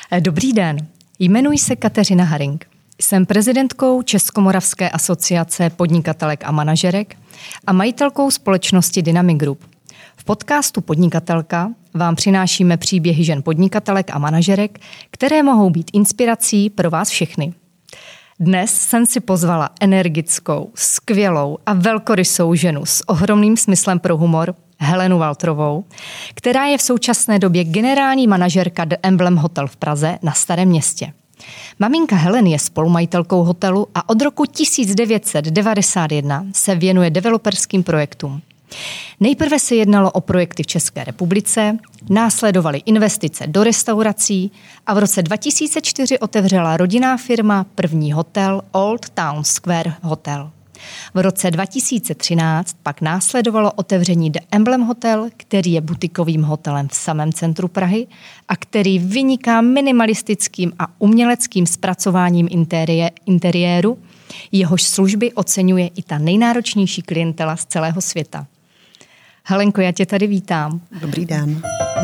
Dobrý den, jmenuji se Kateřina Haring. Jsem prezidentkou Českomoravské asociace podnikatelek a manažerek a majitelkou společnosti Dynamic Group. V podcastu Podnikatelka vám přinášíme příběhy žen podnikatelek a manažerek, které mohou být inspirací pro vás všechny. Dnes jsem si pozvala energickou, skvělou a velkorysou ženu s ohromným smyslem pro humor, Helenu Waltrovou, která je v současné době generální manažerka The Emblem Hotel v Praze na Starém Městě. Maminka Heleny je spolumajitelkou hotelu a od roku 1991 se věnuje developerským projektům. Nejprve se jednalo o projekty v České republice, následovaly investice do restaurací a v roce 2004 otevřela rodinná firma první hotel Old Town Square Hotel. V roce 2013 pak následovalo otevření The Emblem Hotel, který je butikovým hotelem v samém centru Prahy a který vyniká minimalistickým a uměleckým zpracováním interiéru, jehož služby oceňuje i ta nejnáročnější klientela z celého světa. Helenko, já tě tady vítám. Dobrý den.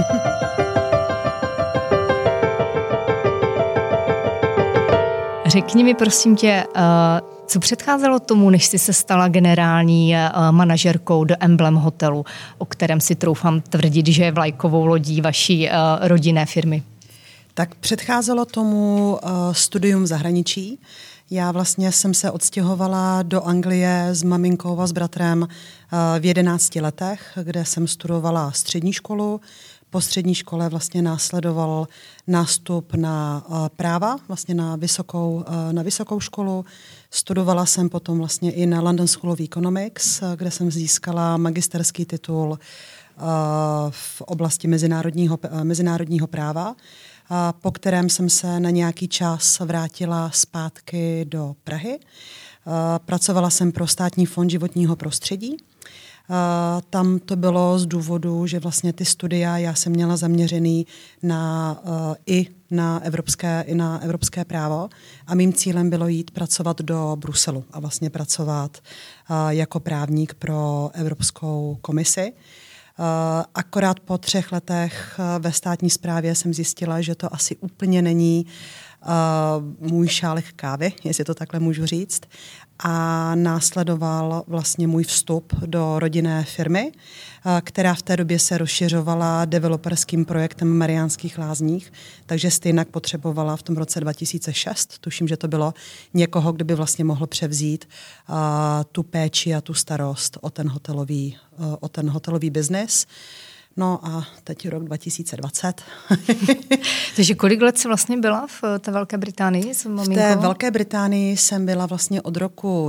Řekni mi prosím tě, co předcházelo tomu, než jsi se stala generální manažerkou The Emblem Hotelu, o kterém si troufám tvrdit, že je vlajkovou lodí vaší rodinné firmy? Tak předcházelo tomu studium v zahraničí. Já vlastně jsem se odstěhovala do Anglie s maminkou a s bratrem v 11 letech, kde jsem studovala střední školu. Po střední škole vlastně následoval nástup na práva, vlastně na vysokou školu. Studovala jsem potom vlastně i na London School of Economics, kde jsem získala magisterský titul v oblasti mezinárodního práva, po kterém jsem se na nějaký čas vrátila zpátky do Prahy. Pracovala jsem pro Státní fond životního prostředí. Tam to bylo z důvodu, že vlastně ty studia já jsem měla zaměřený i na evropské právo a mým cílem bylo jít pracovat do Bruselu a vlastně pracovat jako právník pro Evropskou komisi. Akorát po 3 letech ve státní správě jsem zjistila, že to asi úplně není můj šálek kávy, jestli to takhle můžu říct. A následoval vlastně můj vstup do rodinné firmy, která v té době se rozšiřovala developerským projektem Mariánských Lázních, takže stejně potřebovala v tom roce 2006, tuším, že to bylo někoho, kdo by vlastně mohl převzít tu péči a tu starost o ten hotelový biznis. No a teď je rok 2020. Takže kolik let jsi vlastně byla v té Velké Británii s maminkou? V té Velké Británii jsem byla vlastně od roku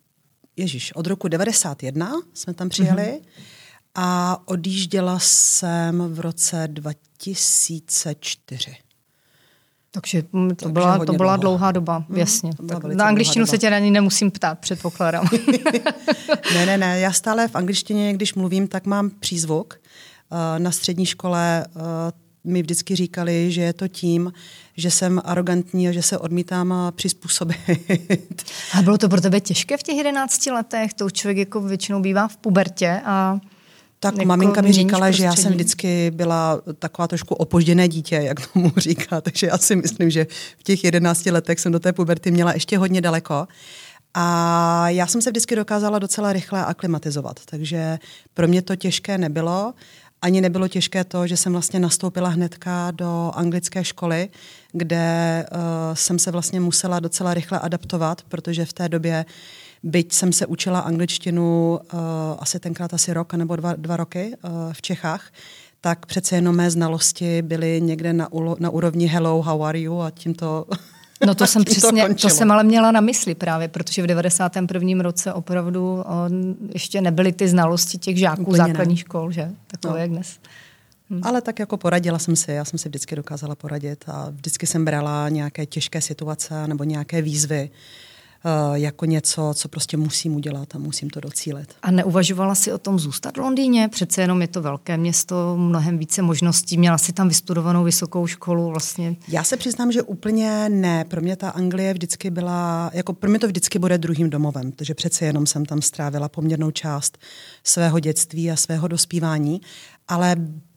91 jsme tam přijeli a odjížděla jsem v roce 2004. Takže to byla dlouhá doba, jasně. Na angličtinu se tě ani nemusím ptát, předpokládám. Ne, já stále v angličtině, když mluvím, tak mám přízvuk. Na střední škole mi vždycky říkali, že je to tím, že jsem arrogantní a že se odmítám přizpůsobit. A bylo to pro tebe těžké v těch 11 letech? To člověk jako většinou bývá v pubertě a... Tak jako maminka mi říkala, že já jsem vždycky byla taková trošku opožděné dítě, jak tomu říká, takže já si myslím, že v těch 11 letech jsem do té puberty měla ještě hodně daleko. A já jsem se vždycky dokázala docela rychle aklimatizovat, takže pro mě to těžké nebylo. Ani nebylo těžké to, že jsem vlastně nastoupila hnedka do anglické školy, kde jsem se vlastně musela docela rychle adaptovat, protože v té době, byť jsem se učila angličtinu asi rok nebo dva roky v Čechách, tak přece jenom mé znalosti byly někde na úrovni hello, how are you a tímto... No to jsem ale měla na mysli právě, protože v 91. roce opravdu ještě nebyly ty znalosti těch žáků úplně základních škol, že? Takové jak dnes. Ale tak jako poradila jsem si, já jsem si vždycky dokázala poradit a vždycky jsem brala nějaké těžké situace nebo nějaké výzvy jako něco, co prostě musím udělat a musím to docílit. A neuvažovala jsi o tom zůstat v Londýně? Přece jenom je to velké město, mnohem více možností. Měla jsi tam vystudovanou vysokou školu vlastně? Já se přiznám, že úplně ne. Pro mě ta Anglie vždycky byla, jako pro mě to vždycky bude druhým domovem, protože přece jenom jsem tam strávila poměrnou část svého dětství a svého dospívání, ale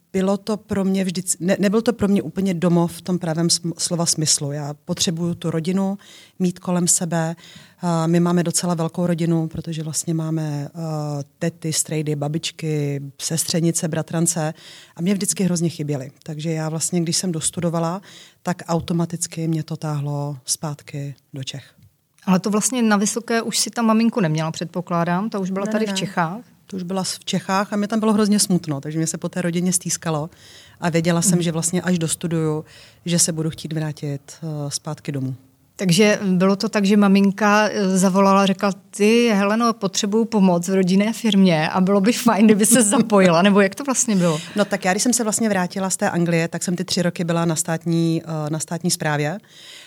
bylo to pro mě nebyl to pro mě úplně domov v tom pravém slova smyslu. Já potřebuju tu rodinu mít kolem sebe. My máme docela velkou rodinu, protože vlastně máme tety, strejdy, babičky, sestřenice, bratrance a mě vždycky hrozně chyběly. Takže já vlastně, když jsem dostudovala, tak automaticky mě to táhlo zpátky do Čech. Ale to vlastně na Vysoké už si ta maminku neměla, předpokládám, ta už byla tady v Čechách. To už byla v Čechách a mě tam bylo hrozně smutno, takže mě se po té rodině stýskalo a věděla jsem, že vlastně až dostuduju, že se budu chtít vrátit zpátky domů. Takže bylo to tak, že maminka zavolala a řekla, ty Heleno, potřebuju pomoc v rodinné firmě a bylo by fajn, kdyby se zapojila, nebo jak to vlastně bylo? No tak já, když jsem se vlastně vrátila z té Anglie, tak jsem ty 3 roky byla na státní správě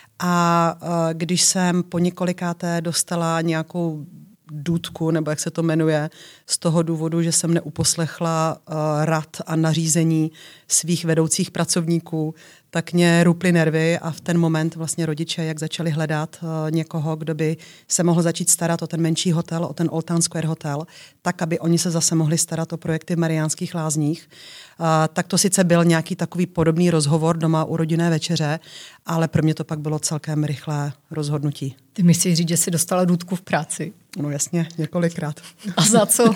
a když jsem po několikáté dostala nějakou důtku, nebo jak se to jmenuje, z toho důvodu, že jsem neuposlechla rad a nařízení svých vedoucích pracovníků, tak mě ruply nervy a v ten moment vlastně rodiče, jak začali hledat někoho, kdo by se mohl začít starat o ten menší hotel, o ten Old Town Square hotel, tak, aby oni se zase mohli starat o projekty v Mariánských Lázních. Tak to sice byl nějaký takový podobný rozhovor doma u rodinné večeře, ale pro mě to pak bylo celkem rychlé rozhodnutí. Ty myslíš říct, že jsi dostala důtku v práci? No jasně, několikrát. A za co?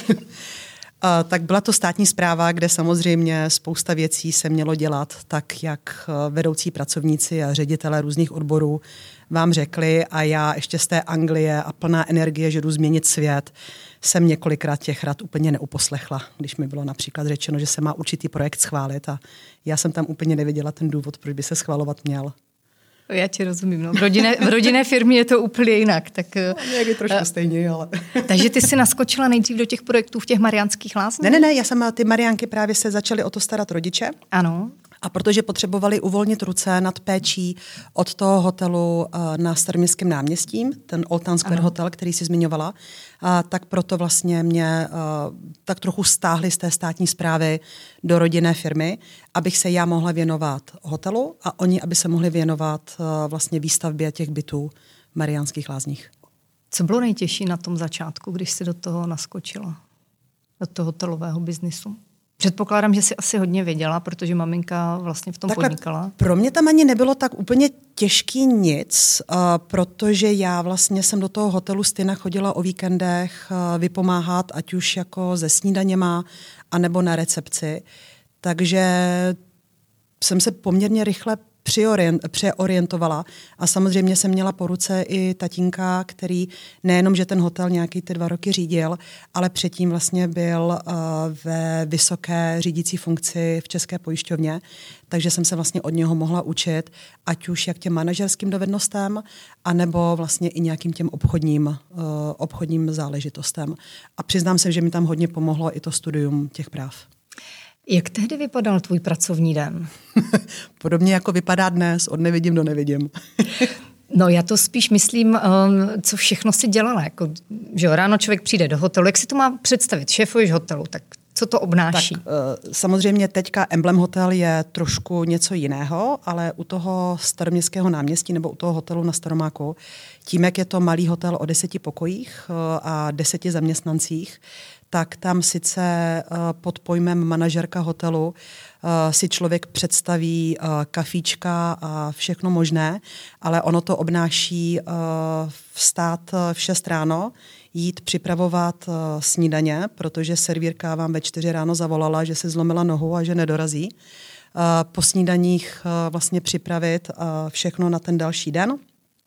Tak byla to státní správa, kde samozřejmě spousta věcí se mělo dělat tak, jak vedoucí pracovníci a ředitelé různých odborů vám řekli a já ještě z té Anglie a plná energie, že jdu změnit svět, jsem několikrát těch rad úplně neuposlechla, když mi bylo například řečeno, že se má určitý projekt schválit a já jsem tam úplně neviděla ten důvod, proč by se schvalovat měl. Já ti rozumím. No. V rodinné firmě je to úplně jinak. Tak, někdy trošku stejně, ale... Takže ty jsi naskočila nejdřív do těch projektů v těch Mariánských Lázních? Ne, já jsem ty Mariánky právě se začaly o to starat rodiče. Ano. A protože potřebovali uvolnit ruce nad péčí od toho hotelu na Staroměstském náměstí, ten Old Town Square hotel, který jsi zmiňovala, tak proto vlastně mě tak trochu stáhli z té státní správy do rodinné firmy, abych se já mohla věnovat hotelu a oni, aby se mohli věnovat vlastně výstavbě těch bytů v Mariánských Lázních. Co bylo nejtěžší na tom začátku, když jsi do toho naskočila? Do toho hotelového biznisu? Předpokládám, že jsi asi hodně věděla, protože maminka vlastně v tom podnikala. Pro mě tam ani nebylo tak úplně těžký nic, protože já vlastně jsem do toho hotelu Stina chodila o víkendech vypomáhat, ať už jako se snídaněma, anebo na recepci. Takže jsem se poměrně rychle přeorientovala a samozřejmě jsem měla po ruce i tatínka, který nejenom, že ten hotel nějaký ty 2 roky řídil, ale předtím vlastně byl ve vysoké řídící funkci v České pojišťovně, takže jsem se vlastně od něho mohla učit, ať už jak těm manažerským dovednostem, anebo vlastně i nějakým těm obchodním záležitostem. A přiznám se, že mi tam hodně pomohlo i to studium těch práv. Jak tehdy vypadal tvůj pracovní den? Podobně jako vypadá dnes, od nevidím do nevidím. No já to spíš myslím, co všechno si dělala. Jako, že ráno člověk přijde do hotelu, jak si to má představit? Šéfuješ hotelu, tak co to obnáší? Tak, samozřejmě teďka Emblem Hotel je trošku něco jiného, ale u toho Staroměstského náměstí nebo u toho hotelu na Staromáku, tím, jak je to malý hotel o 10 pokojích a 10 zaměstnancích, tak tam sice pod pojmem manažerka hotelu si člověk představí kafíčka a všechno možné, ale ono to obnáší vstát v 6 ráno, jít připravovat snídaně, protože servírka vám ve 4 ráno zavolala, že si zlomila nohu a že nedorazí. Po snídaních vlastně připravit všechno na ten další den.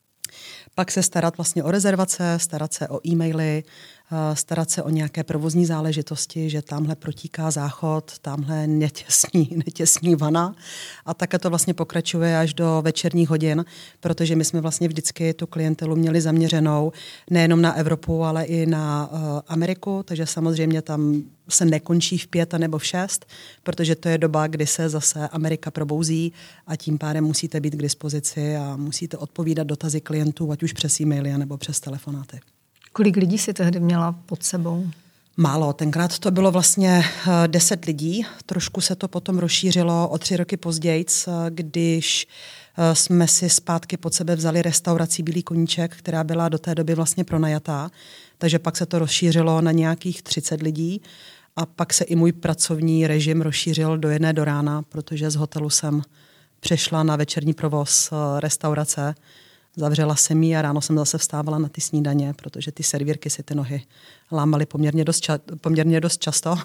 Pak se starat vlastně o rezervace, starat se o e-maily, starat se o nějaké provozní záležitosti, že tamhle protíká záchod, tamhle netěsní vana a také to vlastně pokračuje až do večerních hodin, protože my jsme vlastně vždycky tu klientelu měli zaměřenou nejenom na Evropu, ale i na Ameriku, takže samozřejmě tam se nekončí v 5 nebo v 6, protože to je doba, kdy se zase Amerika probouzí a tím pádem musíte být k dispozici a musíte odpovídat dotazy klientů, ať už přes e-maily nebo přes telefonáty. Kolik lidí jsi tehdy měla pod sebou? Málo, tenkrát to bylo vlastně 10 lidí, trošku se to potom rozšířilo o 3 roky později, když jsme si zpátky pod sebe vzali restauraci Bílý koníček, která byla do té doby vlastně pronajatá, takže pak se to rozšířilo na nějakých 30 lidí A pak se i můj pracovní režim rozšířil do 1 do rána, protože z hotelu jsem přešla na večerní provoz restaurace. Zavřela jsem ji a ráno jsem zase vstávala na ty snídaně, protože ty servírky si ty nohy lámaly poměrně dost často.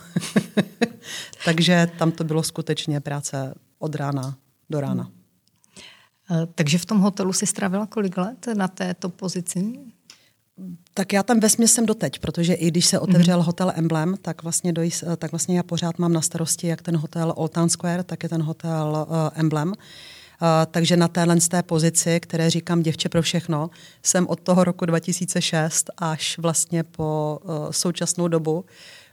Takže tam to bylo skutečně práce od rána do rána. Takže v tom hotelu si strávila kolik let na této pozici? Tak já tam vesměs jsem doteď, protože i když se otevřel hotel Emblem, tak vlastně já pořád mám na starosti jak ten hotel Old Town Square, tak i ten hotel Emblem. Takže na téhle pozici, které říkám děvče pro všechno, jsem od toho roku 2006 až vlastně po současnou dobu,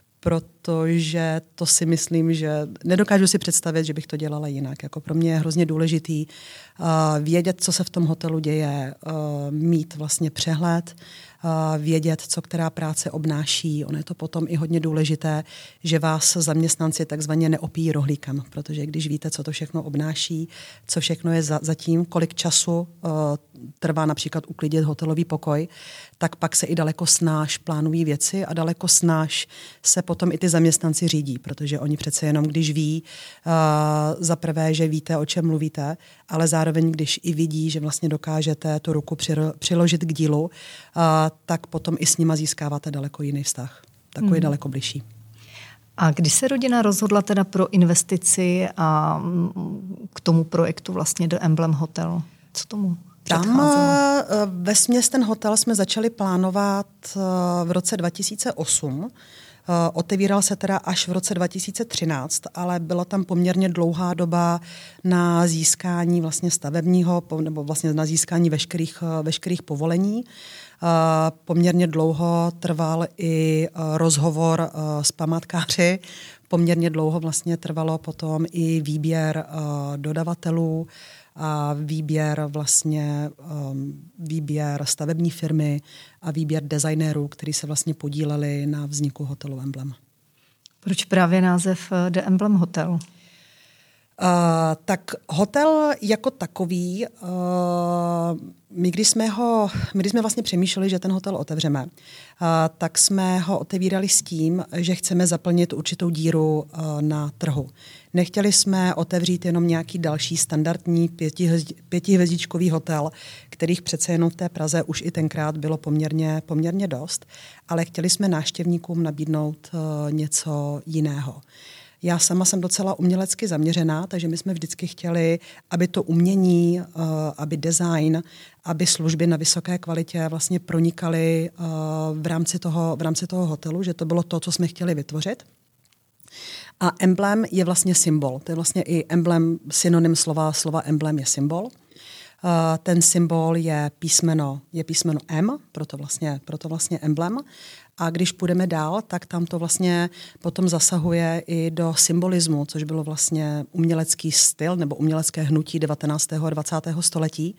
protože to si myslím, že nedokážu si představit, že bych to dělala jinak. Jako pro mě je hrozně důležitý vědět, co se v tom hotelu děje, mít vlastně přehled, vědět, co která práce obnáší. Ono je to potom i hodně důležité, že vás zaměstnanci takzvaně neopíjí rohlíkem, protože když víte, co to všechno obnáší, co všechno je zatím, kolik času trvá například uklidit hotelový pokoj, tak pak se i daleko snáš plánují věci a daleko snáš se potom i ty zaměstnanci řídí, protože oni přece jenom, když ví za prvé, že víte, o čem mluvíte, ale zároveň, když i vidí, že vlastně dokážete tu ruku přiložit k dílu, tak potom i s nima získáváte daleko jiný vztah. Takový daleko bližší. A kdy se rodina rozhodla teda pro investici a k tomu projektu vlastně do Emblem Hotel? Co tomu předcházelo? Tam vesměs ten hotel jsme začali plánovat v roce 2008. Otevíral se teda až v roce 2013, ale byla tam poměrně dlouhá doba na získání vlastně stavebního, nebo vlastně na získání veškerých povolení. Poměrně dlouho trval i rozhovor s památkáři, poměrně dlouho vlastně trvalo potom i výběr dodavatelů, a výběr stavební firmy a výběr designérů, kteří se vlastně podíleli na vzniku hotelu Emblem. Proč právě název The Emblem Hotel? Tak hotel jako takový, my když jsme vlastně přemýšleli, že ten hotel otevřeme, tak jsme ho otevírali s tím, že chceme zaplnit určitou díru na trhu. Nechtěli jsme otevřít jenom nějaký další standardní pětihvězdičkový hotel, kterých přece jenom v té Praze už i tenkrát bylo poměrně dost, ale chtěli jsme návštěvníkům nabídnout něco jiného. Já sama jsem docela umělecky zaměřená, takže my jsme vždycky chtěli, aby to umění, aby design, aby služby na vysoké kvalitě vlastně pronikaly v rámci toho hotelu, že to bylo to, co jsme chtěli vytvořit. A emblem je vlastně symbol. To je vlastně i emblem, synonym slova emblem je symbol. Ten symbol je písmeno M, proto vlastně emblem. A když půjdeme dál, tak tam to vlastně potom zasahuje i do symbolismu, což bylo vlastně umělecký styl nebo umělecké hnutí 19. a 20. století,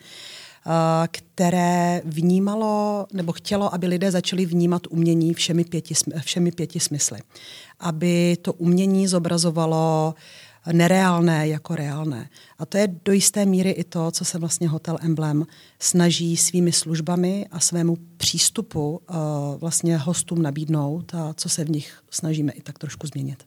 které vnímalo nebo chtělo, aby lidé začali vnímat umění všemi pěti smysly. Aby to umění zobrazovalo nereálné jako reálné. A to je do jisté míry i to, co se vlastně Hotel Emblem snaží svými službami a svému přístupu vlastně hostům nabídnout a co se v nich snažíme i tak trošku změnit.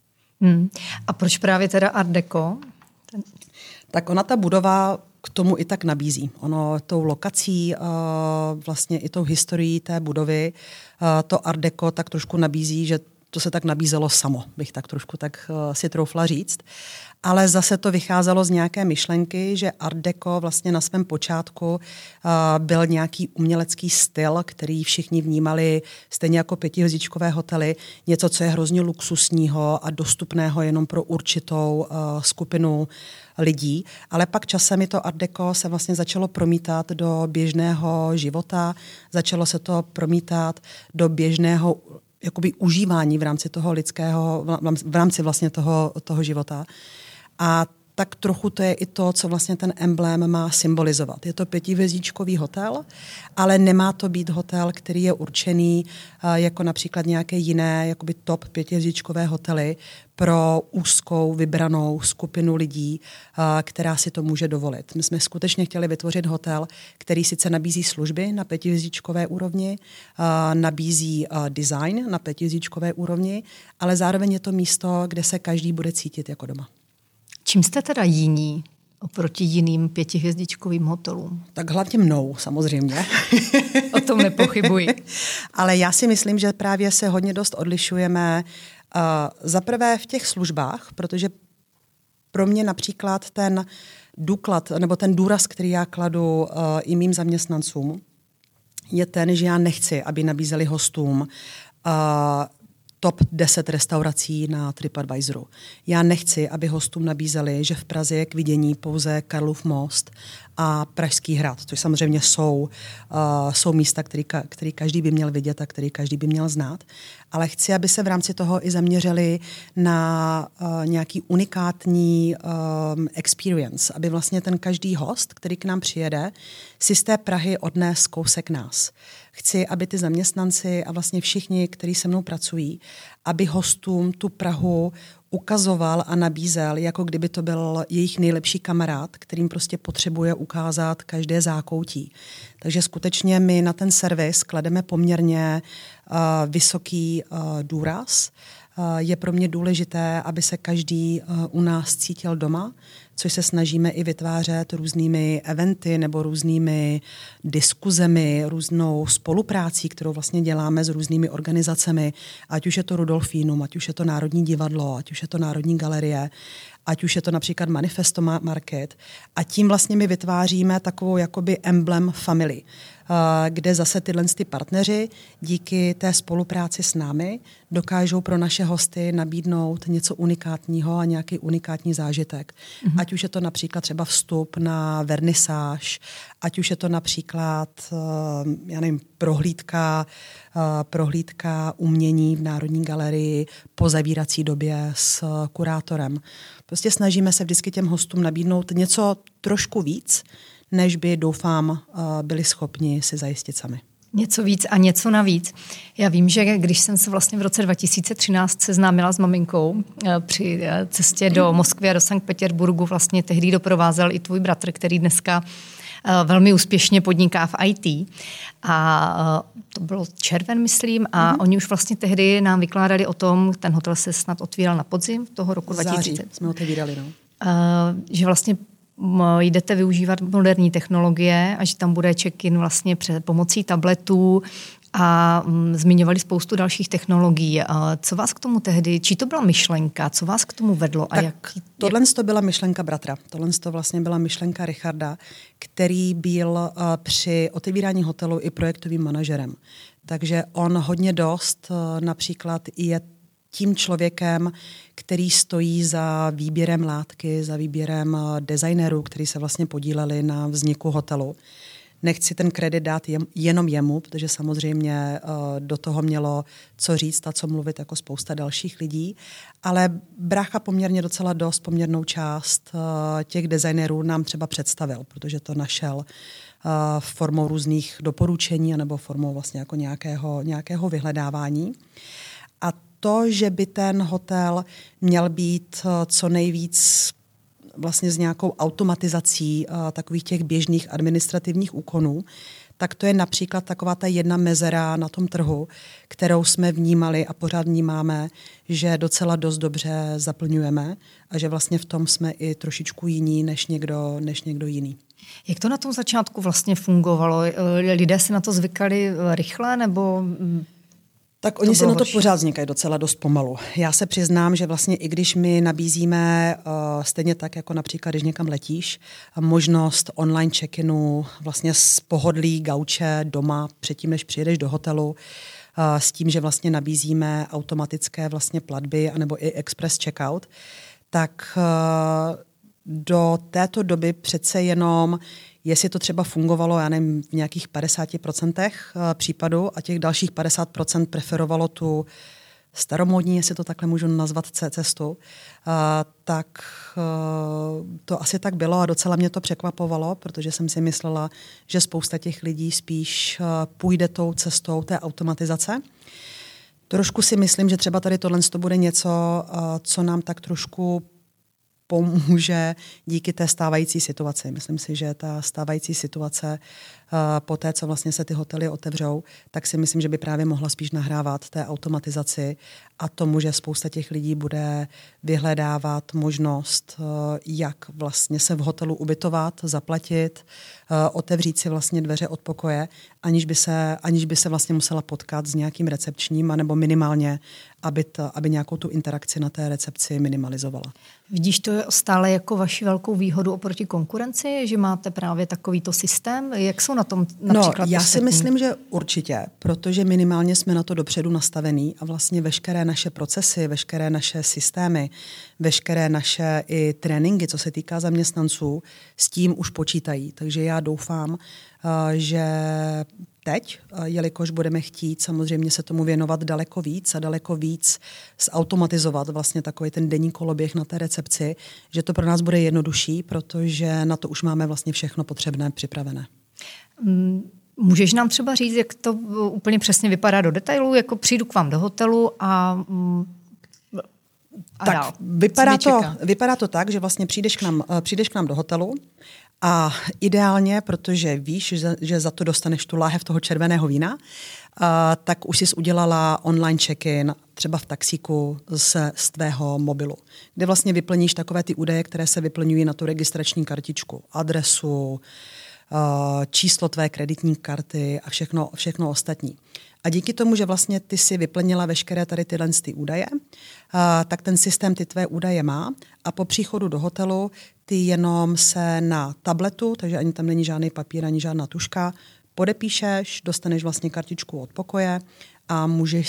A proč právě teda Art Deco? Tak ona ta budova k tomu i tak nabízí. Ono tou lokací, vlastně i tou historií té budovy, to Art Deco tak trošku nabízí, že to se tak nabízelo samo, bych tak trošku tak si troufla říct. Ale zase to vycházelo z nějaké myšlenky, že Art Deco vlastně na svém počátku byl nějaký umělecký styl, který všichni vnímali stejně jako pětihvězdičkové hotely, něco, co je hrozně luxusního a dostupného jenom pro určitou skupinu lidí. Ale pak časem to Art Deco se vlastně začalo promítat do běžného života, začalo se to promítat do běžného jakoby užívání v rámci toho lidského, v rámci vlastně toho života. A tak trochu to je i to, co vlastně ten emblém má symbolizovat. Je to 5hvězdičkový hotel, ale nemá to být hotel, který je určený jako například nějaké jiné jakoby top 5hvězdičkové hotely pro úzkou, vybranou skupinu lidí, která si to může dovolit. My jsme skutečně chtěli vytvořit hotel, který sice nabízí služby na 5hvězdičkové úrovni, nabízí design na 5hvězdičkové úrovni, ale zároveň je to místo, kde se každý bude cítit jako doma. Čím jste teda jiní oproti jiným 5hvězdičkovým hotelům? Tak hlavně mnou, samozřejmě. O tom nepochybuji. Ale já si myslím, že právě se hodně dost odlišujeme za prvé v těch službách, protože pro mě například ten důklad, nebo ten důraz, který já kladu i mým zaměstnancům, je ten, že já nechci, aby nabízeli hostům top 10 restaurací na TripAdvisoru. Já nechci, aby hostům nabízeli, že v Praze je k vidění pouze Karlův most a Pražský hrad, což samozřejmě jsou místa, který každý by měl vidět a který každý by měl znát. Ale chci, aby se v rámci toho i zaměřili na nějaký unikátní experience, aby vlastně ten každý host, který k nám přijede, si z té Prahy odnes kousek nás. Chci, aby ty zaměstnanci a vlastně všichni, kteří se mnou pracují, aby hostům tu Prahu ukazoval a nabízel, jako kdyby to byl jejich nejlepší kamarád, kterým prostě potřebuje ukázat každé zákoutí. Takže skutečně my na ten servis klademe poměrně vysoký důraz. Je pro mě důležité, aby se každý u nás cítil doma, což se snažíme i vytvářet různými eventy nebo různými diskuzemi, různou spoluprácí, kterou vlastně děláme s různými organizacemi, ať už je to Rudolfínum, ať už je to Národní divadlo, ať už je to Národní galerie, ať už je to například Manifesto Market. A tím vlastně my vytváříme takovou jakoby emblem family, kde zase ty partneři díky té spolupráci s námi dokážou pro naše hosty nabídnout něco unikátního a nějaký unikátní zážitek. Mm-hmm. Ať už je to například třeba vstup na vernisáž, ať už je to například prohlídka umění v Národní galerii po zavírací době s kurátorem. Prostě snažíme se vždycky těm hostům nabídnout něco trošku víc, než by, doufám, byli schopni si zajistit sami. Něco víc a něco navíc. Já vím, že když jsem se vlastně v roce 2013 seznámila s maminkou při cestě do Moskvy a do Sankt Petěrburgu, vlastně tehdy doprovázel i tvůj bratr, který dneska velmi úspěšně podniká v IT. A to bylo červen, myslím, a oni už vlastně tehdy nám vykládali o tom, ten hotel se snad otvíral na podzim toho roku 2000. Září jsme otevírali, no. Že vlastně jdete využívat moderní technologie a že tam bude check-in vlastně pomocí tabletů a zmiňovali spoustu dalších technologií. Co vás k tomu tehdy, či to byla myšlenka, co vás k tomu vedlo? Tohle to byla myšlenka bratra. Tohle to vlastně byla myšlenka Richarda, který byl při otevírání hotelu i projektovým manažerem. Takže on hodně dost například je tím člověkem, který stojí za výběrem látky, za výběrem designérů, kteří se vlastně podíleli na vzniku hotelu. Nechci ten kredit dát jenom jemu, protože samozřejmě do toho mělo co říct a co mluvit jako spousta dalších lidí, ale brácha poměrnou část těch designérů nám třeba představil, protože to našel formou různých doporučení nebo formou vlastně jako nějakého vyhledávání. A to, že by ten hotel měl být co nejvíc vlastně s nějakou automatizací takových těch běžných administrativních úkonů, tak to je například taková ta jedna mezera na tom trhu, kterou jsme vnímali a pořád vnímáme, že docela dost dobře zaplňujeme a že vlastně v tom jsme i trošičku jiní než někdo jiný. Jak to na tom začátku vlastně fungovalo? Lidé si na to zvykali rychle nebo... Tak oni si na to pořád vznikají docela dost pomalu. Já se přiznám, že vlastně i když my nabízíme stejně tak, jako například, když někam letíš, možnost online check-inu vlastně z pohodlí gauče doma předtím, než přijedeš do hotelu, s tím, že vlastně nabízíme automatické vlastně platby anebo i express checkout, tak do této doby přece jenom, jestli to třeba fungovalo, já nevím, v nějakých 50% případů a těch dalších 50% preferovalo tu staromódní, jestli to takhle můžu nazvat, cestu, tak to asi tak bylo a docela mě to překvapovalo, protože jsem si myslela, že spousta těch lidí spíš půjde tou cestou té automatizace. Trošku si myslím, že třeba tady tohle bude něco, co nám tak trošku pomůže díky té stávající situaci. Myslím si, že ta stávající situace po té, co vlastně se ty hotely otevřou, tak si myslím, že by právě mohla spíš nahrávat té automatizaci a tomu, že spousta těch lidí bude vyhledávat možnost, jak vlastně se v hotelu ubytovat, zaplatit, otevřít si vlastně dveře od pokoje, aniž by se vlastně musela potkat s nějakým recepčním, anebo minimálně, aby nějakou tu interakci na té recepci minimalizovala. Vidíš to stále jako vaši velkou výhodu oproti konkurenci, že máte právě takovýto systém? Jak jsou na tom například já ostatní? si myslím, že určitě, protože minimálně jsme na to dopředu nastavení a vlastně veškeré naše procesy, veškeré naše systémy, veškeré naše i tréninky, co se týká zaměstnanců, s tím už počítají. Takže já doufám, že teď, jelikož budeme chtít samozřejmě se tomu věnovat daleko víc a daleko víc zautomatizovat vlastně takový ten denní koloběh na té recepci, že to pro nás bude jednodušší, protože na to už máme vlastně všechno potřebné připravené. Můžeš nám třeba říct, jak to úplně přesně vypadá do detailů? Jako přijdu k vám do hotelu a tak dál. Vypadá to tak, že vlastně přijdeš k nám do hotelu a ideálně, protože víš, že za to dostaneš tu láhev toho červeného vína, tak už jsi udělala online check-in třeba v taxíku z tvého mobilu, kde vlastně vyplníš takové ty údaje, které se vyplňují na tu registrační kartičku, adresu, číslo tvé kreditní karty a všechno ostatní. A díky tomu, že vlastně ty si vyplnila veškeré tady tyhle údaje, tak ten systém ty tvé údaje má a po příchodu do hotelu ty jenom se na tabletu, takže ani tam není žádný papír, ani žádná tužka, podepíšeš, dostaneš vlastně kartičku od pokoje a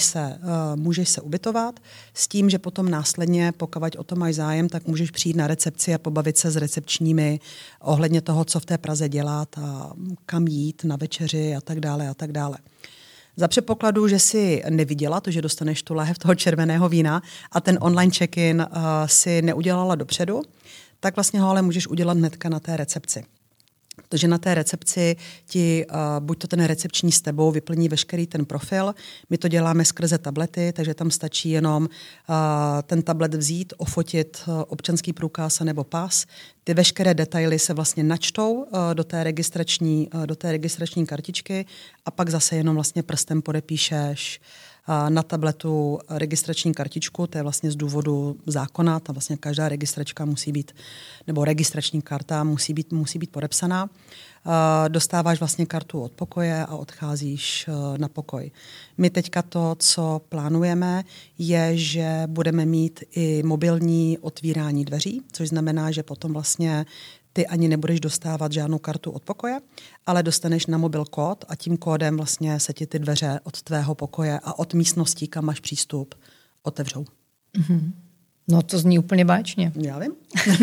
můžeš se ubytovat s tím, že potom následně, pokud o to máš zájem, tak můžeš přijít na recepci a pobavit se s recepčními ohledně toho, co v té Praze dělat a kam jít na večeři a tak dále a tak dále. Za předpokladu, že si neviděla to, že dostaneš tu láhev toho červeného vína a ten online check-in si neudělala dopředu, tak vlastně ho ale můžeš udělat hnedka na té recepci. Protože na té recepci ti buď to ten recepční s tebou vyplní veškerý ten profil, my to děláme skrze tablety, takže tam stačí jenom ten tablet vzít, ofotit občanský průkaz nebo pas. Ty veškeré detaily se vlastně načtou do té registrační kartičky a pak zase jenom vlastně prstem podepíšeš na tabletu registrační kartičku, to je vlastně z důvodu zákona, tam vlastně každá registračka musí být, nebo registrační karta musí být podepsaná. Dostáváš vlastně kartu od pokoje a odcházíš na pokoj. My teďka to, co plánujeme, je, že budeme mít i mobilní otvírání dveří, což znamená, že potom vlastně ty ani nebudeš dostávat žádnou kartu od pokoje, ale dostaneš na mobil kód a tím kódem vlastně se ti ty dveře od tvého pokoje a od místností, kam máš přístup, otevřou. Mm-hmm. No to zní úplně báječně. Já vím.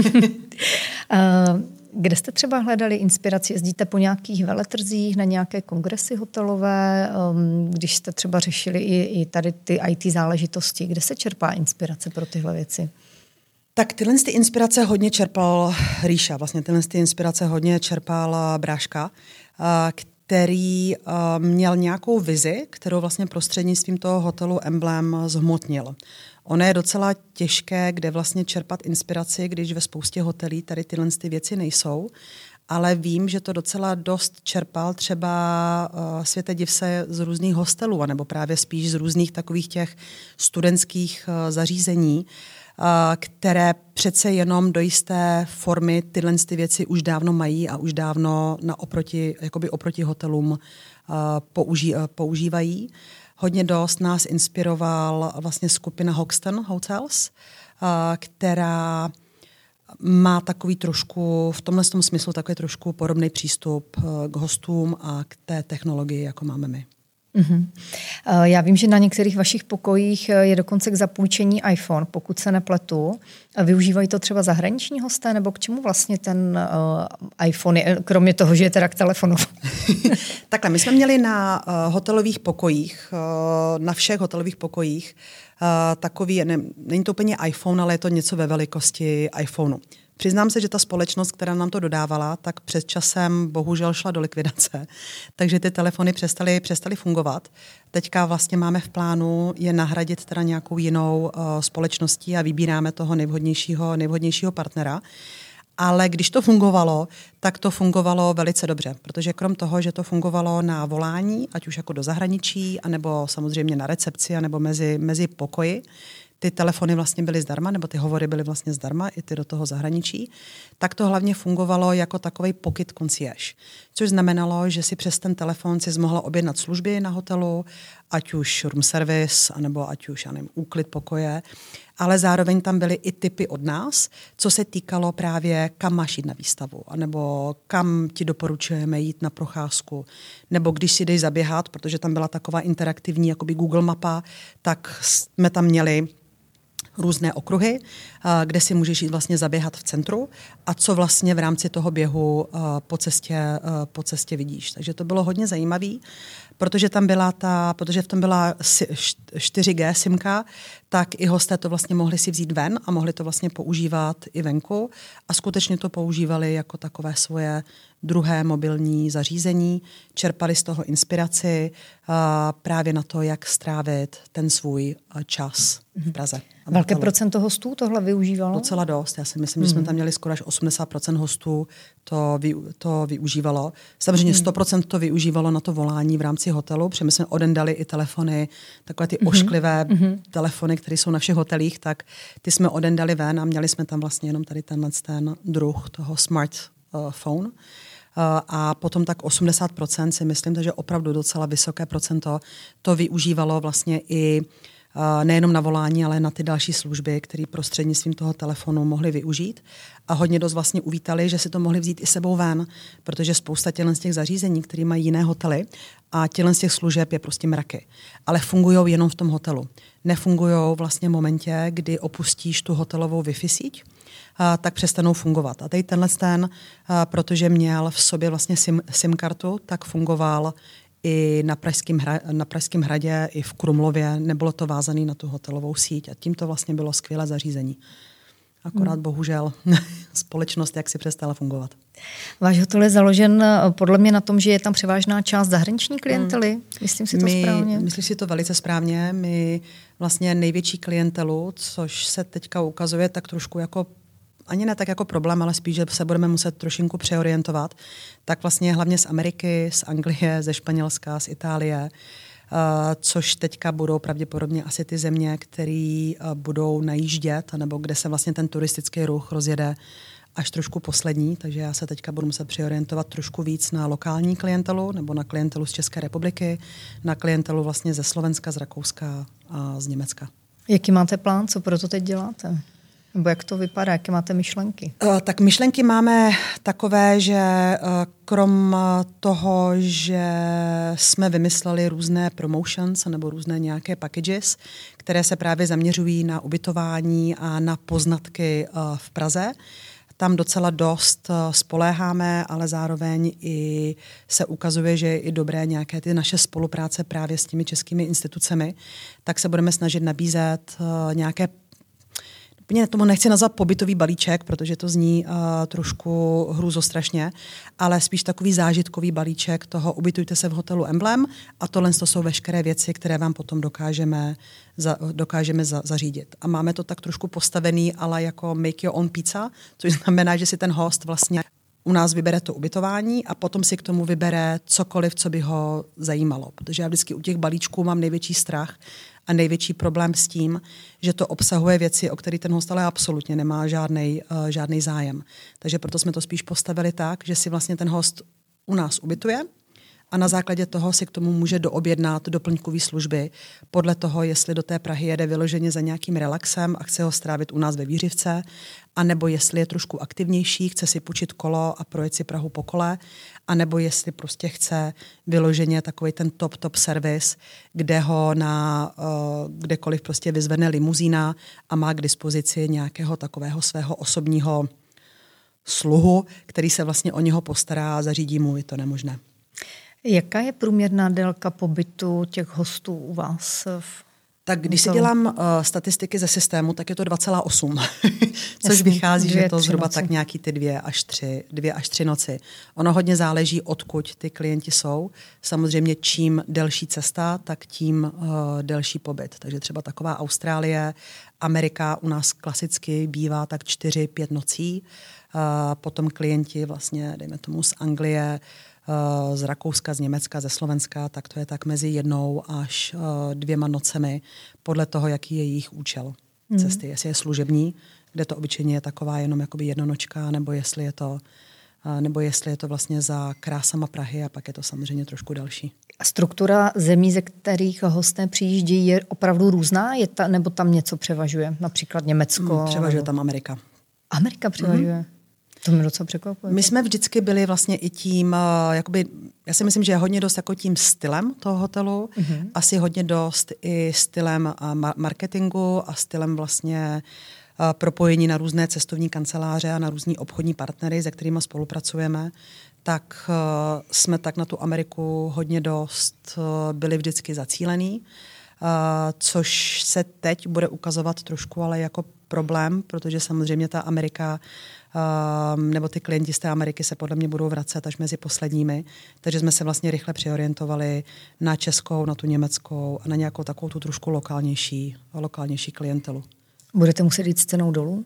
Kde jste třeba hledali inspiraci? Jezdíte po nějakých veletrzích, na nějaké kongresy hotelové, když jste třeba řešili i tady ty IT záležitosti? Kde se čerpá inspirace pro tyhle věci? Tak tyhle inspirace hodně čerpal Ríša, vlastně tyhle inspirace hodně čerpal Bráška, který měl nějakou vizi, kterou vlastně prostřednictvím toho hotelu Emblem zhmotnil. Ono je docela těžké, kde vlastně čerpat inspiraci, když ve spoustě hotelí tady tyhle věci nejsou, ale vím, že to docela dost čerpal třeba světe div se z různých hostelů, anebo právě spíš z různých takových těch studentských zařízení, které přece jenom do jisté formy tyhle věci už dávno mají a už dávno oproti hotelům používají. Hodně dost nás inspiroval vlastně skupina Hoxton Hotels, která má takový trošku, v tomhle smyslu takový trošku podobný přístup k hostům a k té technologii, jako máme my. Já vím, že na některých vašich pokojích je dokonce k zapůjčení iPhone, pokud se nepletu. Využívají to třeba zahraniční hosté, nebo k čemu vlastně ten iPhone je, kromě toho, že je teda k telefonu? Takhle, my jsme měli na hotelových pokojích, na všech hotelových pokojích takový, není to úplně iPhone, ale je to něco ve velikosti iPhoneu. Přiznám se, že ta společnost, která nám to dodávala, tak před časem bohužel šla do likvidace, takže ty telefony přestaly fungovat. Teďka vlastně máme v plánu je nahradit teda nějakou jinou společností a vybíráme toho nejvhodnějšího partnera. Ale když to fungovalo, tak to fungovalo velice dobře, protože krom toho, že to fungovalo na volání, ať už jako do zahraničí, anebo samozřejmě na recepci, anebo mezi pokoji, ty telefony vlastně byly zdarma, nebo ty hovory byly vlastně zdarma, i ty do toho zahraničí, tak to hlavně fungovalo jako takovej pocket concierge, což znamenalo, že si přes ten telefon si mohla objednat služby na hotelu, ať už room service, anebo ať už úklid pokoje, ale zároveň tam byly i tipy od nás, co se týkalo právě, kam máš jít na výstavu, anebo kam ti doporučujeme jít na procházku, nebo když si jdeš zaběhat, protože tam byla taková interaktivní jakoby Google mapa, tak jsme tam měli různé okruhy, kde si můžeš jít vlastně zaběhat v centru a co vlastně v rámci toho běhu po cestě vidíš. Takže to bylo hodně zajímavý, protože v tom byla 4G simka, tak i hosté to vlastně mohli si vzít ven a mohli to vlastně používat i venku a skutečně to používali jako takové svoje druhé mobilní zařízení, čerpali z toho inspiraci právě na to, jak strávit ten svůj čas v Praze. Velké procento hostů tohle využívalo? Docela dost. Já si myslím, že jsme tam měli skoro až 80% hostů to využívalo. Samozřejmě 100% to využívalo na to volání v rámci hotelu, protože my jsme odendali i telefony, takové ty ošklivé telefony, které jsou na všech hotelích, tak ty jsme odendali ven a měli jsme tam vlastně jenom tady ten druh toho smartphone. A potom tak 80% si myslím, takže opravdu docela vysoké procento to využívalo vlastně i nejenom na volání, ale na ty další služby, které prostřednictvím toho telefonu mohli využít. A hodně dost vlastně uvítali, že si to mohli vzít i sebou ven, protože spousta z těch zařízení, které mají jiné hotely a z těch služeb je prostě mraky. Ale fungují jenom v tom hotelu. Nefungují vlastně v momentě, kdy opustíš tu hotelovou Wi-Fi síť, tak přestanou fungovat. A tady protože měl v sobě vlastně SIM kartu, tak fungoval i na Pražském hradě, i v Krumlově, nebylo to vázané na tu hotelovou síť a tím to vlastně bylo skvělé zařízení. Akorát bohužel společnost jak si přestala fungovat. Váš hotel je založen podle mě na tom, že je tam převážná část zahraniční klientely. Myslím si to správně? Myslím si to velice správně. My vlastně největší klientelu, což se teďka ukazuje tak trošku jako ani ne tak jako problém, ale spíš, že se budeme muset trošinku přeorientovat, tak vlastně hlavně z Ameriky, z Anglie, ze Španělska, z Itálie, což teďka budou pravděpodobně asi ty země, které budou najíždět, nebo kde se vlastně ten turistický ruch rozjede až trošku poslední, takže já se teďka budu muset přeorientovat trošku víc na lokální klientelu, nebo na klientelu z České republiky, na klientelu vlastně ze Slovenska, z Rakouska a z Německa. Jaký máte plán? Co pro to teď děláte? Nebo jak to vypadá? Jaké máte myšlenky? Tak myšlenky máme takové, že krom toho, že jsme vymysleli různé promotions nebo různé nějaké packages, které se právě zaměřují na ubytování a na poznatky v Praze, tam docela dost spoléháme, ale zároveň i se ukazuje, že je i dobré nějaké ty naše spolupráce právě s těmi českými institucemi, tak se budeme snažit nabízet nějaké úplně tomu nechci nazvat pobytový balíček, protože to zní trošku hrůzostrašně, ale spíš takový zážitkový balíček toho ubytujte se v hotelu Emblem a tohle to jsou veškeré věci, které vám potom dokážeme zařídit. A máme to tak trošku postavený, ale jako make your own pizza, což znamená, že si ten host vlastně u nás vybere to ubytování a potom si k tomu vybere cokoliv, co by ho zajímalo. Protože já vždycky u těch balíčků mám největší strach a největší problém s tím, že to obsahuje věci, o které ten host ale absolutně nemá žádný zájem. Takže proto jsme to spíš postavili tak, že si vlastně ten host u nás ubytuje a na základě toho si k tomu může doobjednat doplňkové služby podle toho, jestli do té Prahy jede vyloženě za nějakým relaxem a chce ho strávit u nás ve Vířivce, anebo jestli je trošku aktivnější, chce si půjčit kolo a projet si Prahu po kole, anebo jestli prostě chce vyloženě takový ten top servis, kde ho na kdekoliv prostě vyzvedne limuzína a má k dispozici nějakého takového svého osobního sluhu, který se vlastně o něho postará a zařídí mu, je to nemožné. Jaká je průměrná délka pobytu těch hostů u vás? Tak když si dělám statistiky ze systému, tak je to 2,8, což vychází, že je to zhruba tak nějaký ty 2 až 3 noci. Ono hodně záleží, odkud ty klienti jsou. Samozřejmě čím delší cesta, tak tím delší pobyt. Takže třeba taková Austrálie, Amerika u nás klasicky bývá tak 4-5 nocí. Potom klienti vlastně, dejme tomu z Anglie, z Rakouska, z Německa, ze Slovenska, tak to je tak mezi 1 až 2 nocemi, podle toho, jaký je jejich účel cesty. Jestli je služební, kde to obyčejně je taková jenom jakoby jednonočka, nebo jestli je to vlastně za krásama Prahy a pak je to samozřejmě trošku další. A struktura zemí, ze kterých hosté přijíždějí, je opravdu různá? Nebo tam něco převažuje? Například Německo? Převažuje tam Amerika. Amerika převažuje? To mě docela překvapuje. My jsme vždycky byli vlastně i tím, jakoby, já si myslím, že je hodně dost jako tím stylem toho hotelu, asi hodně dost i stylem marketingu a stylem vlastně propojení na různé cestovní kanceláře a na různý obchodní partnery, se kterými spolupracujeme, tak jsme tak na tu Ameriku hodně dost byli vždycky zacílení, což se teď bude ukazovat trošku ale jako problém, protože samozřejmě ta Amerika nebo ty klienti z té Ameriky se podle mě budou vracet až mezi posledními. Takže jsme se vlastně rychle přeorientovali na českou, na tu německou a na nějakou takovou tu trošku lokálnější klientelu. Budete muset jít s cenou dolů?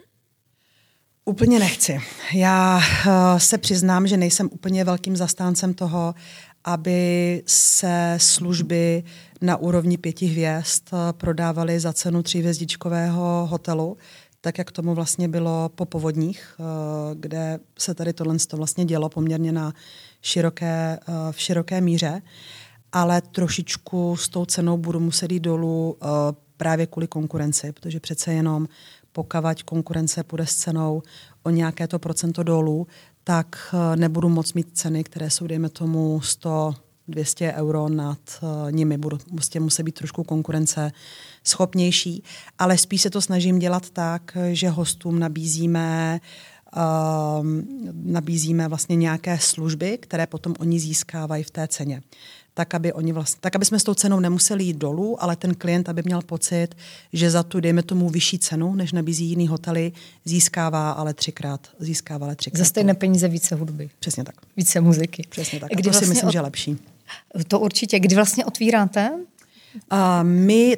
Úplně nechci. Já se přiznám, že nejsem úplně velkým zastáncem toho, aby se služby na úrovni 5 hvězd prodávaly za cenu 3hvězdičkového hotelu, tak jak tomu vlastně bylo po povodních, kde se tady tohle vlastně dělo poměrně v široké míře, ale trošičku s tou cenou budu muset jít dolů právě kvůli konkurenci, protože přece jenom pokud konkurence půjde s cenou o nějaké to procento dolů, tak nebudu moc mít ceny, které jsou, dejme tomu, 100-200 euro nad nimi. Budu muset být trošku konkurence schopnější, ale spíš se to snažím dělat tak, že hostům nabízíme vlastně nějaké služby, které potom oni získávají v té ceně. Tak, aby jsme s tou cenou nemuseli jít dolů, ale ten klient, aby měl pocit, že za tu, dejme tomu, vyšší cenu, než nabízí jiný hotely, získává ale třikrát. Za stejné peníze více hudby. Přesně tak. Více muziky. Přesně tak. A to si myslím, že je lepší. To určitě. Kdy vlastně otvíráte? My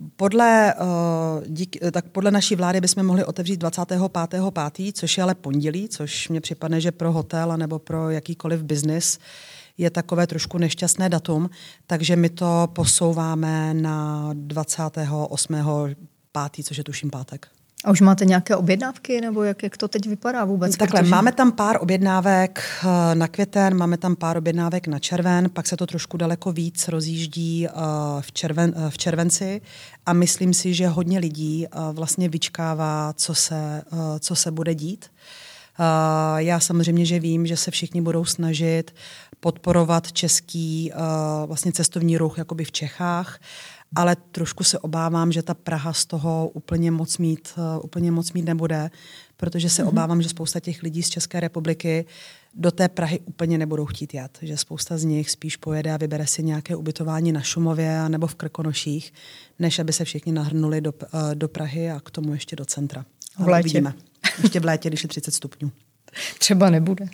podle naší vlády bychom mohli otevřít 25.5., což je ale pondělí, což mně připadne, že pro hotel nebo pro jakýkoliv biznis je takové trošku nešťastné datum, takže my to posouváme na 28.5., což je tuším pátek. A už máte nějaké objednávky, nebo jak to teď vypadá vůbec? Takhle, máme tam pár objednávek na květen, máme tam pár objednávek na červen, pak se to trošku daleko víc rozjíždí v červenci a myslím si, že hodně lidí vlastně vyčkává, co se bude dít. Já samozřejmě, že vím, že se všichni budou snažit podporovat český vlastně cestovní ruch jakoby v Čechách, ale trošku se obávám, že ta Praha z toho úplně moc mít nebude, protože se obávám, že spousta těch lidí z České republiky do té Prahy úplně nebudou chtít jet. Že spousta z nich spíš pojede a vybere si nějaké ubytování na Šumově nebo v Krkonoších, než aby se všichni nahrnuli do Prahy a k tomu ještě do centra. V létě. Vidíme. Ještě v létě, když je 30 stupňů. Třeba nebude.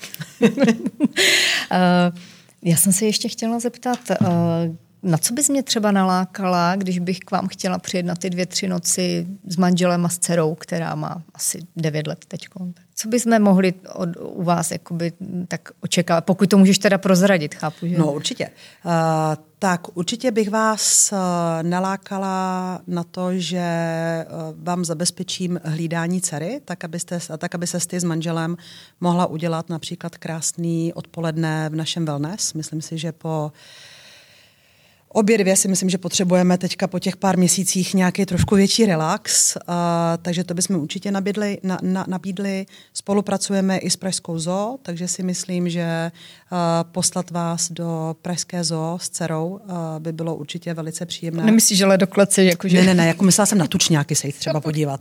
Já jsem se ještě chtěla zeptat, na co bys mě třeba nalákala, když bych k vám chtěla přijet na ty 2-3 noci s manželem a s dcerou, která má asi 9 let teďko. Co bychom mohli u vás jakoby, tak očekávat, pokud to můžeš teda prozradit, chápu, že? No určitě. Tak určitě bych vás nalákala na to, že vám zabezpečím hlídání dcery, tak aby se s manželem mohla udělat například krásný odpoledne v našem wellness. Myslím si, že obě dvě si myslím, že potřebujeme teďka po těch pár měsících nějaký trošku větší relax, takže to bychom určitě nabídli. Spolupracujeme i s Pražskou zoo, takže si myslím, že poslat vás do Pražské zoo s dcerou by bylo určitě velice příjemné. Nemyslíš, že ledokleci? Jakože... Ne, jako myslela jsem na tučňáky se jich třeba podívat.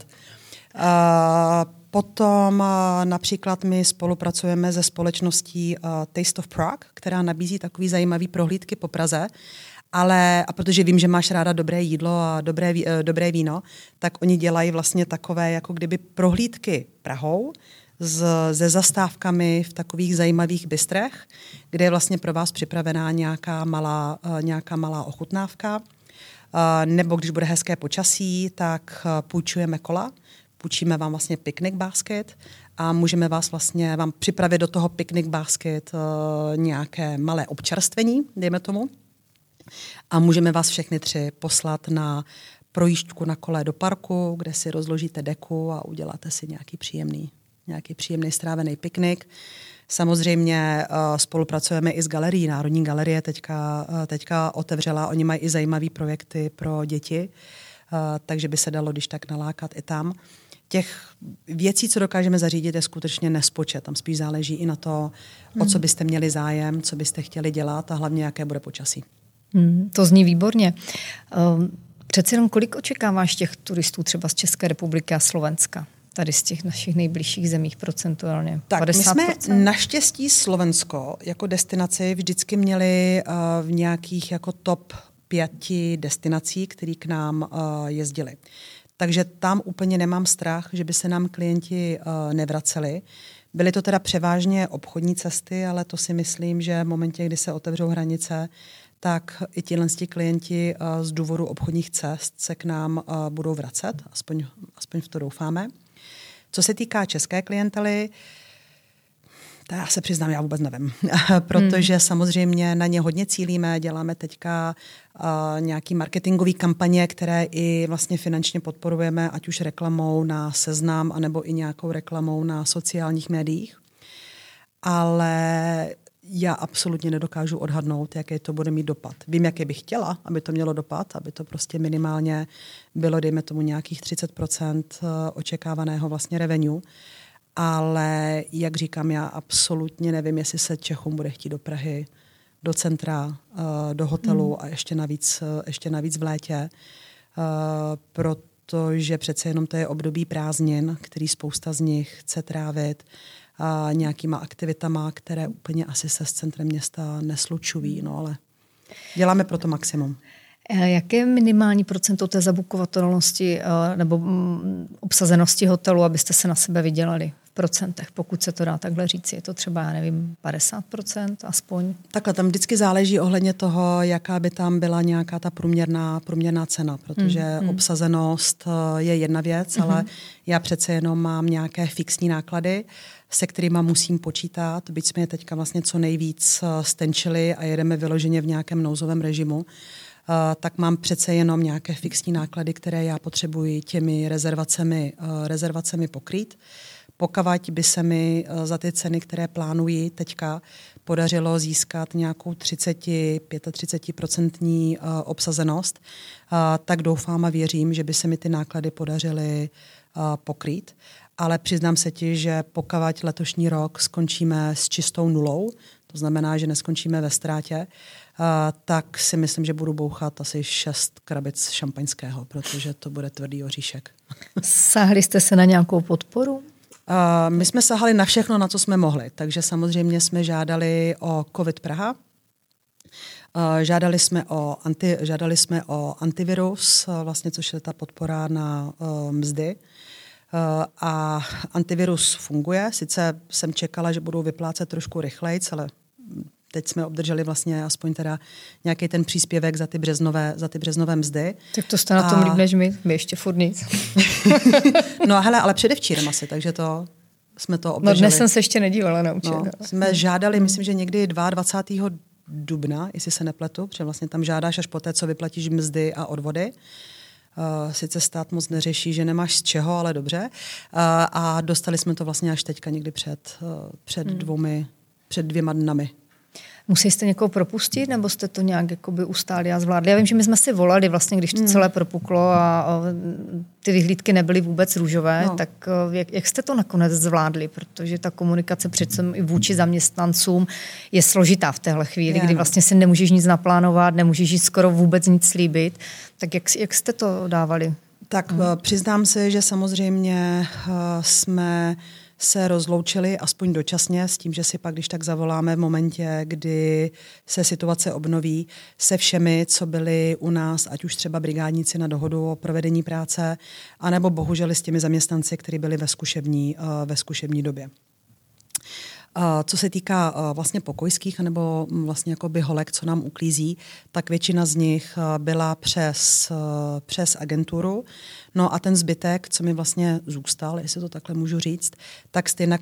Potom například my spolupracujeme se společností Taste of Prague, která nabízí takový zajímavý prohlídky po Praze, a protože vím, že máš ráda dobré jídlo a dobré víno, tak oni dělají vlastně takové jako kdyby prohlídky Prahou se zastávkami v takových zajímavých bistrech, kde je vlastně pro vás připravená nějaká malá ochutnávka. Nebo když bude hezké počasí, tak půjčujeme kola, půjčíme vám vlastně picnic basket a můžeme vám připravit do toho picnic basket nějaké malé občerstvení, dejme tomu. A můžeme vás všechny 3 poslat na projížďku na kole do parku, kde si rozložíte deku a uděláte si nějaký příjemný strávený piknik. Samozřejmě spolupracujeme i s galerií. Národní galerie teďka otevřela, oni mají i zajímavé projekty pro děti, takže by se dalo když tak nalákat i tam. Těch věcí, co dokážeme zařídit, je skutečně nespočet. Tam spíš záleží i na to, o co byste měli zájem, co byste chtěli dělat a hlavně, jaké bude počasí. To zní výborně. Přece jenom kolik očekáváš těch turistů třeba z České republiky a Slovenska? Tady z těch našich nejbližších zemích procentuálně? Tak 50%? my jsme naštěstí Slovensko jako destinaci vždycky měli v nějakých jako top 5 destinací, které k nám jezdili. Takže tam úplně nemám strach, že by se nám klienti nevraceli. Byly to teda převážně obchodní cesty, ale to si myslím, že v momentě, kdy se otevřou hranice, tak i tihle klienti z důvodu obchodních cest se k nám budou vracet, aspoň v to doufáme. Co se týká české klientely, to já se přiznám, já vůbec nevím, protože samozřejmě na ně hodně cílíme, děláme teďka nějaký marketingový kampaně, které i vlastně finančně podporujeme, ať už reklamou na Seznam, anebo i nějakou reklamou na sociálních médiích. Ale já absolutně nedokážu odhadnout, jaký to bude mít dopad. Vím, jaký bych chtěla, aby to mělo dopad, aby to prostě minimálně bylo, dejme tomu, nějakých 30% očekávaného vlastně revenue. Ale jak říkám, já absolutně nevím, jestli se Čechům bude chtít do Prahy, do centra, do hotelu a ještě navíc v létě, protože přece jenom to je období prázdnin, který spousta z nich chce trávit nějakýma aktivitama, které úplně asi se s centrem města neslučují, no ale děláme pro to maximum. Jaké minimální procento té zabukovatelnosti nebo obsazenosti hotelu, abyste se na sebe vydělali v procentech, pokud se to dá takhle říct? Je to třeba, já nevím, 50% aspoň? Takhle, tam vždycky záleží ohledně toho, jaká by tam byla nějaká ta průměrná cena, protože obsazenost je jedna věc, ale já přece jenom mám nějaké fixní náklady, se kterýma musím počítat, byť jsme je teďka vlastně co nejvíc stenčili a jedeme vyloženě v nějakém nouzovém režimu, tak mám přece jenom nějaké fixní náklady, které já potřebuji těmi rezervacemi pokrýt. Pokud by se mi za ty ceny, které plánuji teďka, podařilo získat nějakou 35% obsazenost, tak doufám a věřím, že by se mi ty náklady podařily pokrýt. Ale přiznám se ti, že pokud letošní rok skončíme s čistou nulou, to znamená, že neskončíme ve ztrátě, tak si myslím, že budu bouchat asi 6 krabic šampaňského, protože to bude tvrdý oříšek. Sáhli jste se na nějakou podporu? My jsme sahali na všechno, na co jsme mohli. Takže samozřejmě jsme žádali o COVID Praha, žádali jsme o antivirus, vlastně, což je ta podpora na mzdy. A antivirus funguje. Sice jsem čekala, že budou vyplácet trošku rychleji, ale teď jsme obdrželi vlastně aspoň teda nějaký ten příspěvek za ty březnové mzdy. Tak to jste na tom líp než my ještě furt nic. No hele, ale předevčírem asi, takže to jsme to obdrželi. No dnes jsem se ještě nedívala na účet. No, jsme žádali, myslím, že někdy 22. dubna, jestli se nepletu, protože vlastně tam žádáš až poté, co vyplatíš mzdy a odvody. Sice stát moc neřeší, že nemáš z čeho, ale dobře. A dostali jsme to vlastně až teďka někdy před 2 dnami. Museli jste někoho propustit, nebo jste to nějak jakoby ustáli a zvládli? Já vím, že my jsme si volali vlastně, když to celé propuklo a ty vyhlídky nebyly vůbec růžové, tak jak jste to nakonec zvládli? Protože ta komunikace přece i vůči zaměstnancům je složitá v téhle chvíli, kdy vlastně si nemůžeš nic naplánovat, nemůžeš skoro vůbec nic slíbit. Tak jak jste to dávali? Tak přiznám se, že samozřejmě jsme se rozloučili aspoň dočasně s tím, že si pak, když tak zavoláme v momentě, kdy se situace obnoví, se všemi, co byli u nás, ať už třeba brigádníci na dohodu o provedení práce, anebo bohužel s těmi zaměstnanci, kteří byli ve zkušební době. Co se týká vlastně pokojských nebo vlastně jakoby holek, co nám uklízí, tak většina z nich byla přes agenturu. No a ten zbytek, co mi vlastně zůstal, jestli to takhle můžu říct, tak stejně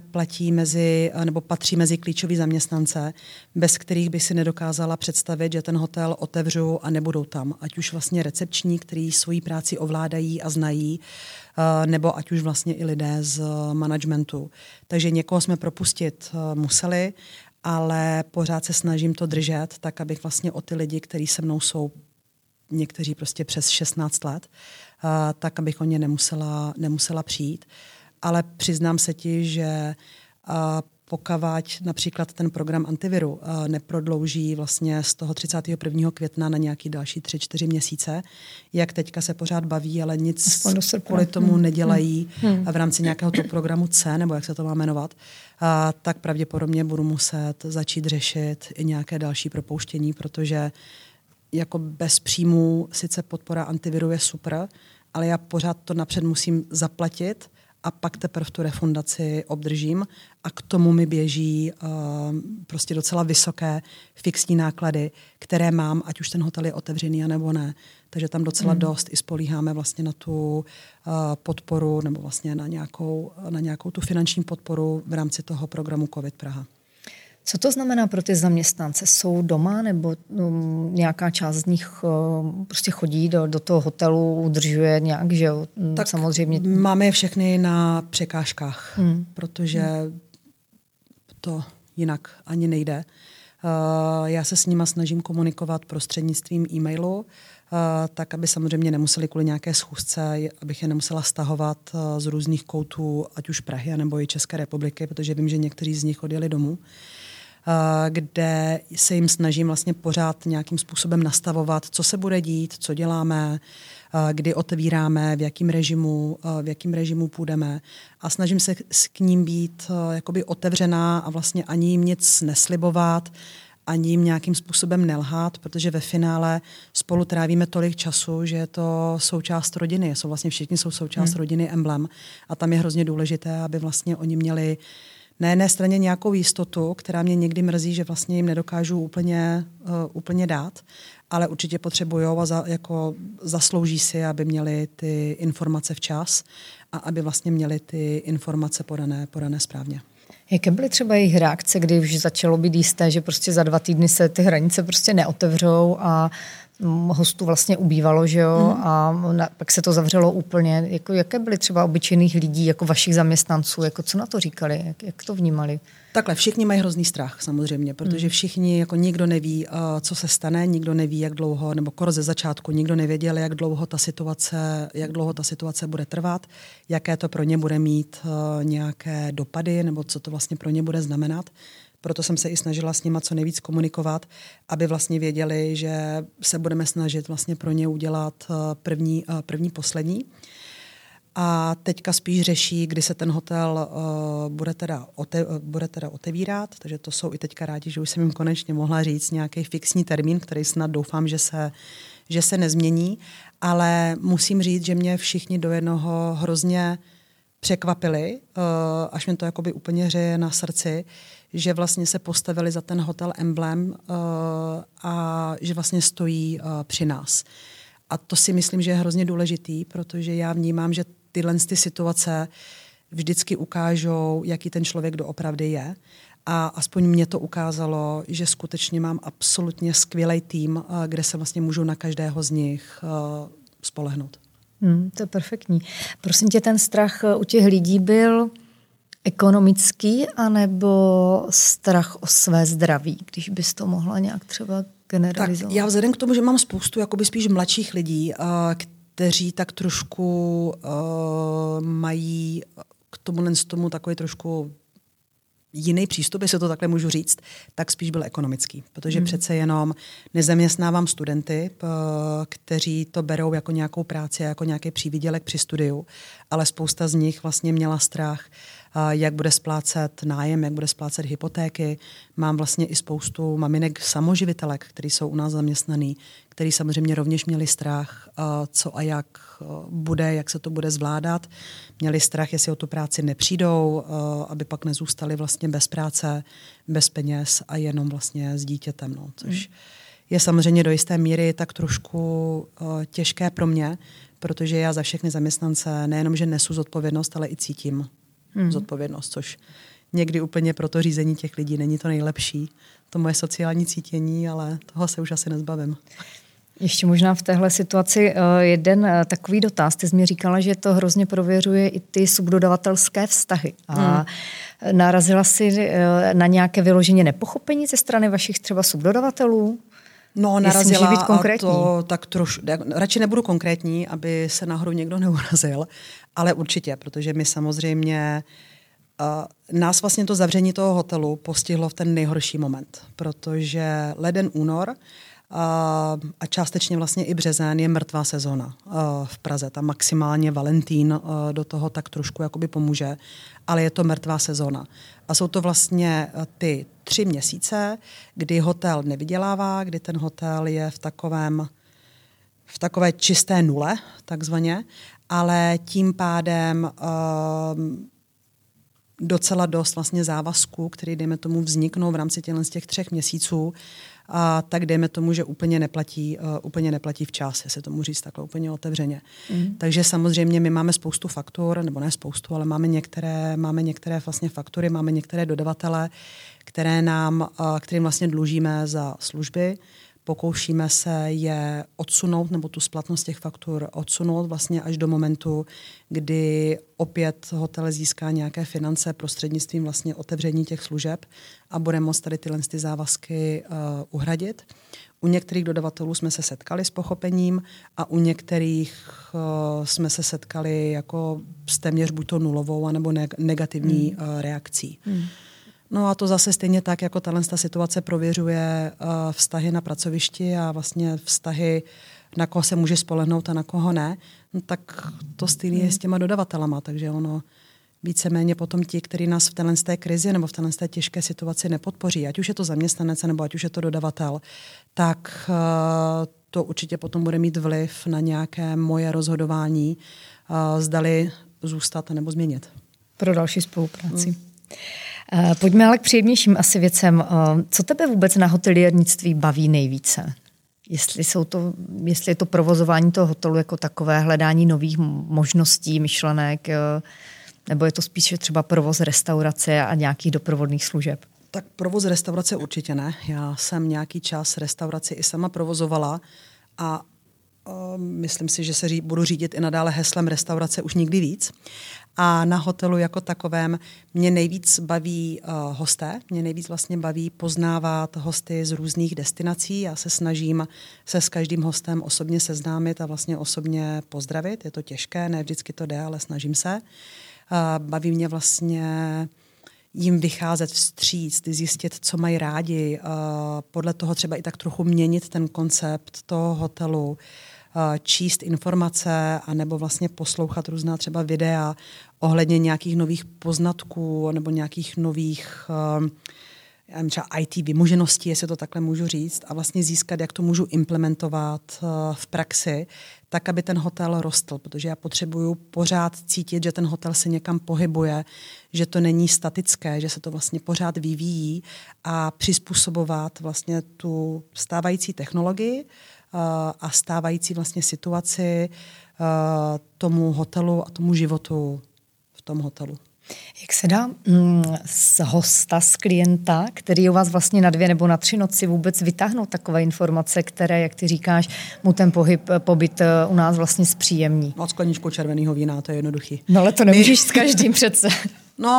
patří mezi klíčový zaměstnance, bez kterých bych si nedokázala představit, že ten hotel otevřu a nebudou tam. Ať už vlastně recepční, kteří svoji práci ovládají a znají, nebo ať už vlastně i lidé z managementu. Takže někoho jsme propustit museli, ale pořád se snažím to držet, tak abych vlastně o ty lidi, kteří se mnou jsou někteří prostě přes 16 let, tak abych o ně nemusela přijít. Ale přiznám se ti, že pokud například ten program antiviru neprodlouží vlastně z toho 31. května na nějaký další 3-4 měsíce, jak teďka se pořád baví, ale nic kvůli tomu nedělají v rámci nějakého toho programu C, nebo jak se to má jmenovat, tak pravděpodobně budu muset začít řešit i nějaké další propouštění, protože jako bez příjmu sice podpora antiviru je super, ale já pořád to napřed musím zaplatit a pak teprve tu refundaci obdržím a k tomu mi běží prostě docela vysoké fixní náklady, které mám, ať už ten hotel je otevřený, anebo ne. Takže tam docela dost i spolíháme vlastně na tu podporu nebo vlastně na nějakou tu finanční podporu v rámci toho programu COVID Praha. Co to znamená pro ty zaměstnance? Jsou doma nebo nějaká část z nich prostě chodí do toho hotelu, udržuje nějak, že jo? Tak samozřejmě. Máme je všechny na překážkách, protože to jinak ani nejde. Já se s nima snažím komunikovat prostřednictvím e-mailu, tak aby samozřejmě nemuseli kvůli nějaké schůzce, abych je nemusela stahovat z různých koutů, ať už Prahy, nebo i České republiky, protože vím, že někteří z nich odjeli domů, kde se jim snažím vlastně pořád nějakým způsobem nastavovat, co se bude dít, co děláme, kdy otevíráme, v jakým režimu půjdeme. A snažím se k ním být jakoby otevřená a vlastně ani jim nic neslibovat, ani jim nějakým způsobem nelhát, protože ve finále spolu trávíme tolik času, že je to součást rodiny. Všichni jsou součást rodiny Emblem. A tam je hrozně důležité, aby vlastně oni měli na jedné straně nějakou jistotu, která mě někdy mrzí, že vlastně jim nedokážu úplně dát, ale určitě potřebujou a zaslouží si, aby měli ty informace včas a aby vlastně měli ty informace podané správně. Jaké byly třeba jejich reakce, kdy už začalo být jisté, že prostě za 2 týdny se ty hranice prostě neotevřou a hostů vlastně ubývalo, že jo, a pak se to zavřelo úplně. Jaké byly třeba obyčejných lidí, jako vašich zaměstnanců, co na to říkali, jak to vnímali? Takhle, všichni mají hrozný strach samozřejmě, protože všichni, nikdo neví, co se stane, nikdo neví, jak dlouho, nebo ze začátku nikdo nevěděl, jak dlouho ta situace bude trvat, jaké to pro ně bude mít nějaké dopady, nebo co to vlastně pro ně bude znamenat. Proto jsem se i snažila s nima co nejvíc komunikovat, aby vlastně věděli, že se budeme snažit vlastně pro ně udělat první, poslední. A teďka spíš řeší, kdy se ten hotel bude teda otevírat, takže to jsou i teďka rádi, že už jsem jim konečně mohla říct nějaký fixní termín, který snad doufám, že se nezmění, ale musím říct, že mě všichni do jednoho hrozně překvapili, až mě to jakoby úplně hřeje na srdci, že vlastně se postavili za ten hotel Emblem a že vlastně stojí při nás. A to si myslím, že je hrozně důležitý, protože já vnímám, že tyhle situace vždycky ukážou, jaký ten člověk doopravdy je. A aspoň mě to ukázalo, že skutečně mám absolutně skvělý tým, kde se vlastně můžu na každého z nich spolehnout. To je perfektní. Prosím tě, ten strach u těch lidí byl ekonomický, anebo strach o své zdraví, když bys to mohla nějak třeba generalizovat? Tak já vzhledem k tomu, že mám spoustu jakoby spíš mladších lidí, kteří tak trošku mají k tomu takový trošku jiný přístup, jestli to takhle můžu říct, tak spíš byl ekonomický. Protože přece jenom nezaměstnávám studenty, kteří to berou jako nějakou práci, jako nějaký přívydělek při studiu, ale spousta z nich vlastně měla strach, jak bude splácet nájem, jak bude splácet hypotéky. Mám vlastně i spoustu maminek samoživitelek, kteří jsou u nás zaměstnaný, kteří samozřejmě rovněž měli strach, co a jak bude, jak se to bude zvládat. Měli strach, jestli o tu práci nepřijdou, aby pak nezůstali vlastně bez práce, bez peněz a jenom vlastně s dítětem. No, což je samozřejmě do jisté míry tak trošku těžké pro mě, protože já za všechny zaměstnance nejenom, že nesu zodpovědnost, ale i cítím zodpovědnost, což někdy úplně pro to řízení těch lidí není to nejlepší. To moje sociální cítění, ale toho se už asi nezbavím. Ještě možná v téhle situaci jeden takový dotaz. Ty jsi mi říkala, že to hrozně prověřuje i ty subdodavatelské vztahy. A narazila jsi na nějaké vyloženě nepochopení ze strany vašich třeba subdodavatelů? No, narazila být konkrétní. A to tak radši nebudu konkrétní, aby se náhodou někdo neurazil, ale určitě, protože my samozřejmě nás vlastně to zavření toho hotelu postihlo v ten nejhorší moment, protože leden, únor a částečně vlastně i březen je mrtvá sezóna v Praze. Tam maximálně Valentín do toho tak trošku jakoby pomůže, ale je to mrtvá sezóna. A jsou to vlastně ty 3 měsíce, kdy hotel nevydělává, kdy ten hotel je v takové čisté nule, takzvaně, ale tím pádem docela dost vlastně závazků, který dejme tomu vzniknou v rámci těch 3 měsíců, tak dejme tomu, že úplně neplatí včas, jestli tomu říct takhle úplně otevřeně. Takže samozřejmě my máme spoustu faktur, nebo ne spoustu, ale máme některé vlastně faktury, máme některé dodavatele, kterým vlastně dlužíme za služby. Pokoušíme se je odsunout, nebo tu splatnost těch faktur odsunout vlastně až do momentu, kdy opět hotel získá nějaké finance prostřednictvím vlastně otevření těch služeb a bude moct tady tyhle závazky uhradit. U některých dodavatelů jsme se setkali s pochopením a u některých jsme se setkali jako s téměř buď to nulovou, anebo negativní reakcí. No a to zase stejně tak, jako tato situace prověřuje vztahy na pracovišti a vlastně vztahy, na koho se může spolehnout a na koho ne, no tak to stejně je s těma dodavatelama, takže ono víceméně potom ti, kteří nás v té krizi nebo v té těžké situaci nepodpoří, ať už je to zaměstnanec nebo ať už je to dodavatel, tak to určitě potom bude mít vliv na nějaké moje rozhodování, zdali zůstat nebo změnit. Pro další spolupráci. Pojďme ale k příjemnějším asi věcem. Co tebe vůbec na hoteliernictví baví nejvíce? Jestli je to provozování toho hotelu jako takové, hledání nových možností, myšlenek, nebo je to spíše třeba provoz restaurace a nějakých doprovodných služeb? Tak provoz restaurace určitě ne. Já jsem nějaký čas restauraci i sama provozovala a myslím si, že se budu řídit i nadále heslem restaurace už nikdy víc. A na hotelu jako takovém mě nejvíc baví hosté, mě nejvíc vlastně baví poznávat hosty z různých destinací. Já se snažím se s každým hostem osobně seznámit a vlastně osobně pozdravit. Je to těžké, ne vždycky to jde, ale snažím se. Baví mě vlastně jim vycházet vstříc, zjistit, co mají rádi, podle toho třeba i tak trochu měnit ten koncept toho hotelu, číst informace anebo vlastně poslouchat různá třeba videa ohledně nějakých nových poznatků nebo nějakých nových třeba IT vymožeností, jestli to takhle můžu říct, a vlastně získat, jak to můžu implementovat v praxi, tak, aby ten hotel rostl, protože já potřebuju pořád cítit, že ten hotel se někam pohybuje, že to není statické, že se to vlastně pořád vyvíjí a přizpůsobovat vlastně tu stávající technologii a stávající vlastně situaci tomu hotelu a tomu životu tom hotelu. Jak se dá z hosta, z klienta, který u vás vlastně na 2 nebo na 3 noci vůbec vytáhnout takové informace, které, jak ty říkáš, mu ten pobyt u nás vlastně zpříjemní? No, skleničkou červeného vína, to je jednoduchý. No ale to nemůžeš s každým přece. No,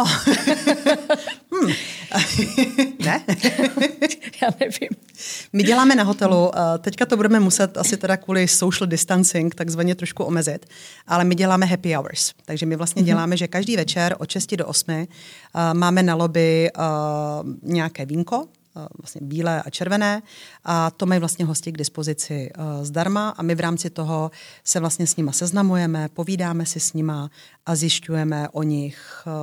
ne? Já nevím. My děláme na hotelu, teďka to budeme muset asi teda kvůli social distancing takzvaně trošku omezit, ale my děláme happy hours. Takže my vlastně děláme, že každý večer od 6 do 8 máme na lobby nějaké vínko, vlastně bílé a červené, a to mají vlastně hosti k dispozici zdarma a my v rámci toho se vlastně s nima seznamujeme, povídáme si s nima a zjišťujeme o nich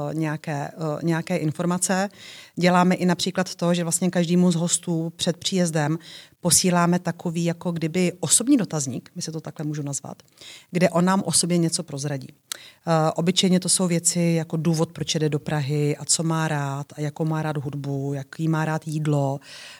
nějaké informace. Děláme i například to, že vlastně každému z hostů před příjezdem posíláme takový jako kdyby osobní dotazník, my se to takhle můžu nazvat, kde on nám o sobě něco prozradí. Obyčejně to jsou věci jako důvod, proč jede do Prahy a co má rád a jakou má rád hudbu, jaký má rád jídlo,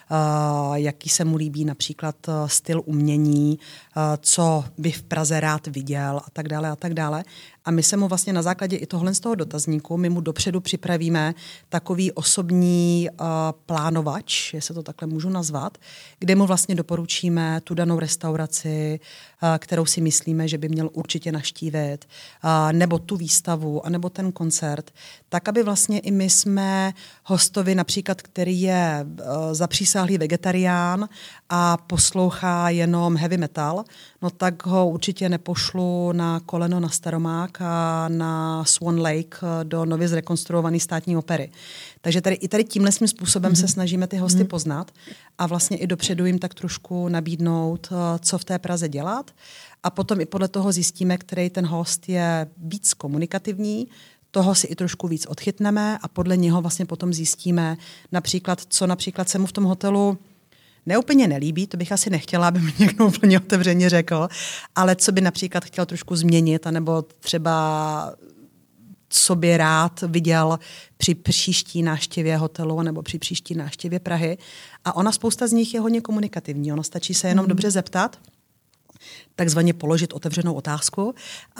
jaký se mu líbí například styl umění, co by v Praze rád viděl a tak dále a tak dále. A my se mu vlastně na základě i tohle z toho dotazníku, my mu dopředu připravíme takový osobní plánovač, jestli to takhle můžu nazvat, kde mu vlastně doporučíme tu danou restauraci, kterou si myslíme, že by měl určitě navštívit, nebo tu výstavu, anebo ten koncert, tak, aby vlastně i my jsme hostovi například, který je zapřísáhlý vegetarián a poslouchá jenom heavy metal, no tak ho určitě nepošlu na Koleno na Staromák a na Swan Lake do nově zrekonstruované státní opery. Takže tady tímhle způsobem se snažíme ty hosty poznat a vlastně i dopředu jim tak trošku nabídnout, co v té Praze dělat. A potom i podle toho zjistíme, který ten host je víc komunikativní, toho si i trošku víc odchytneme a podle něho vlastně potom zjistíme například, co například se mu v tom hotelu neúplně nelíbí, to bych asi nechtěla, aby mi někdo úplně otevřeně řekl, ale co by například chtěl trošku změnit, anebo třeba co by rád viděl při příští návštěvě hotelu nebo při příští návštěvě Prahy. A ona spousta z nich je hodně komunikativní. Ono stačí se jenom dobře zeptat, takzvaně položit otevřenou otázku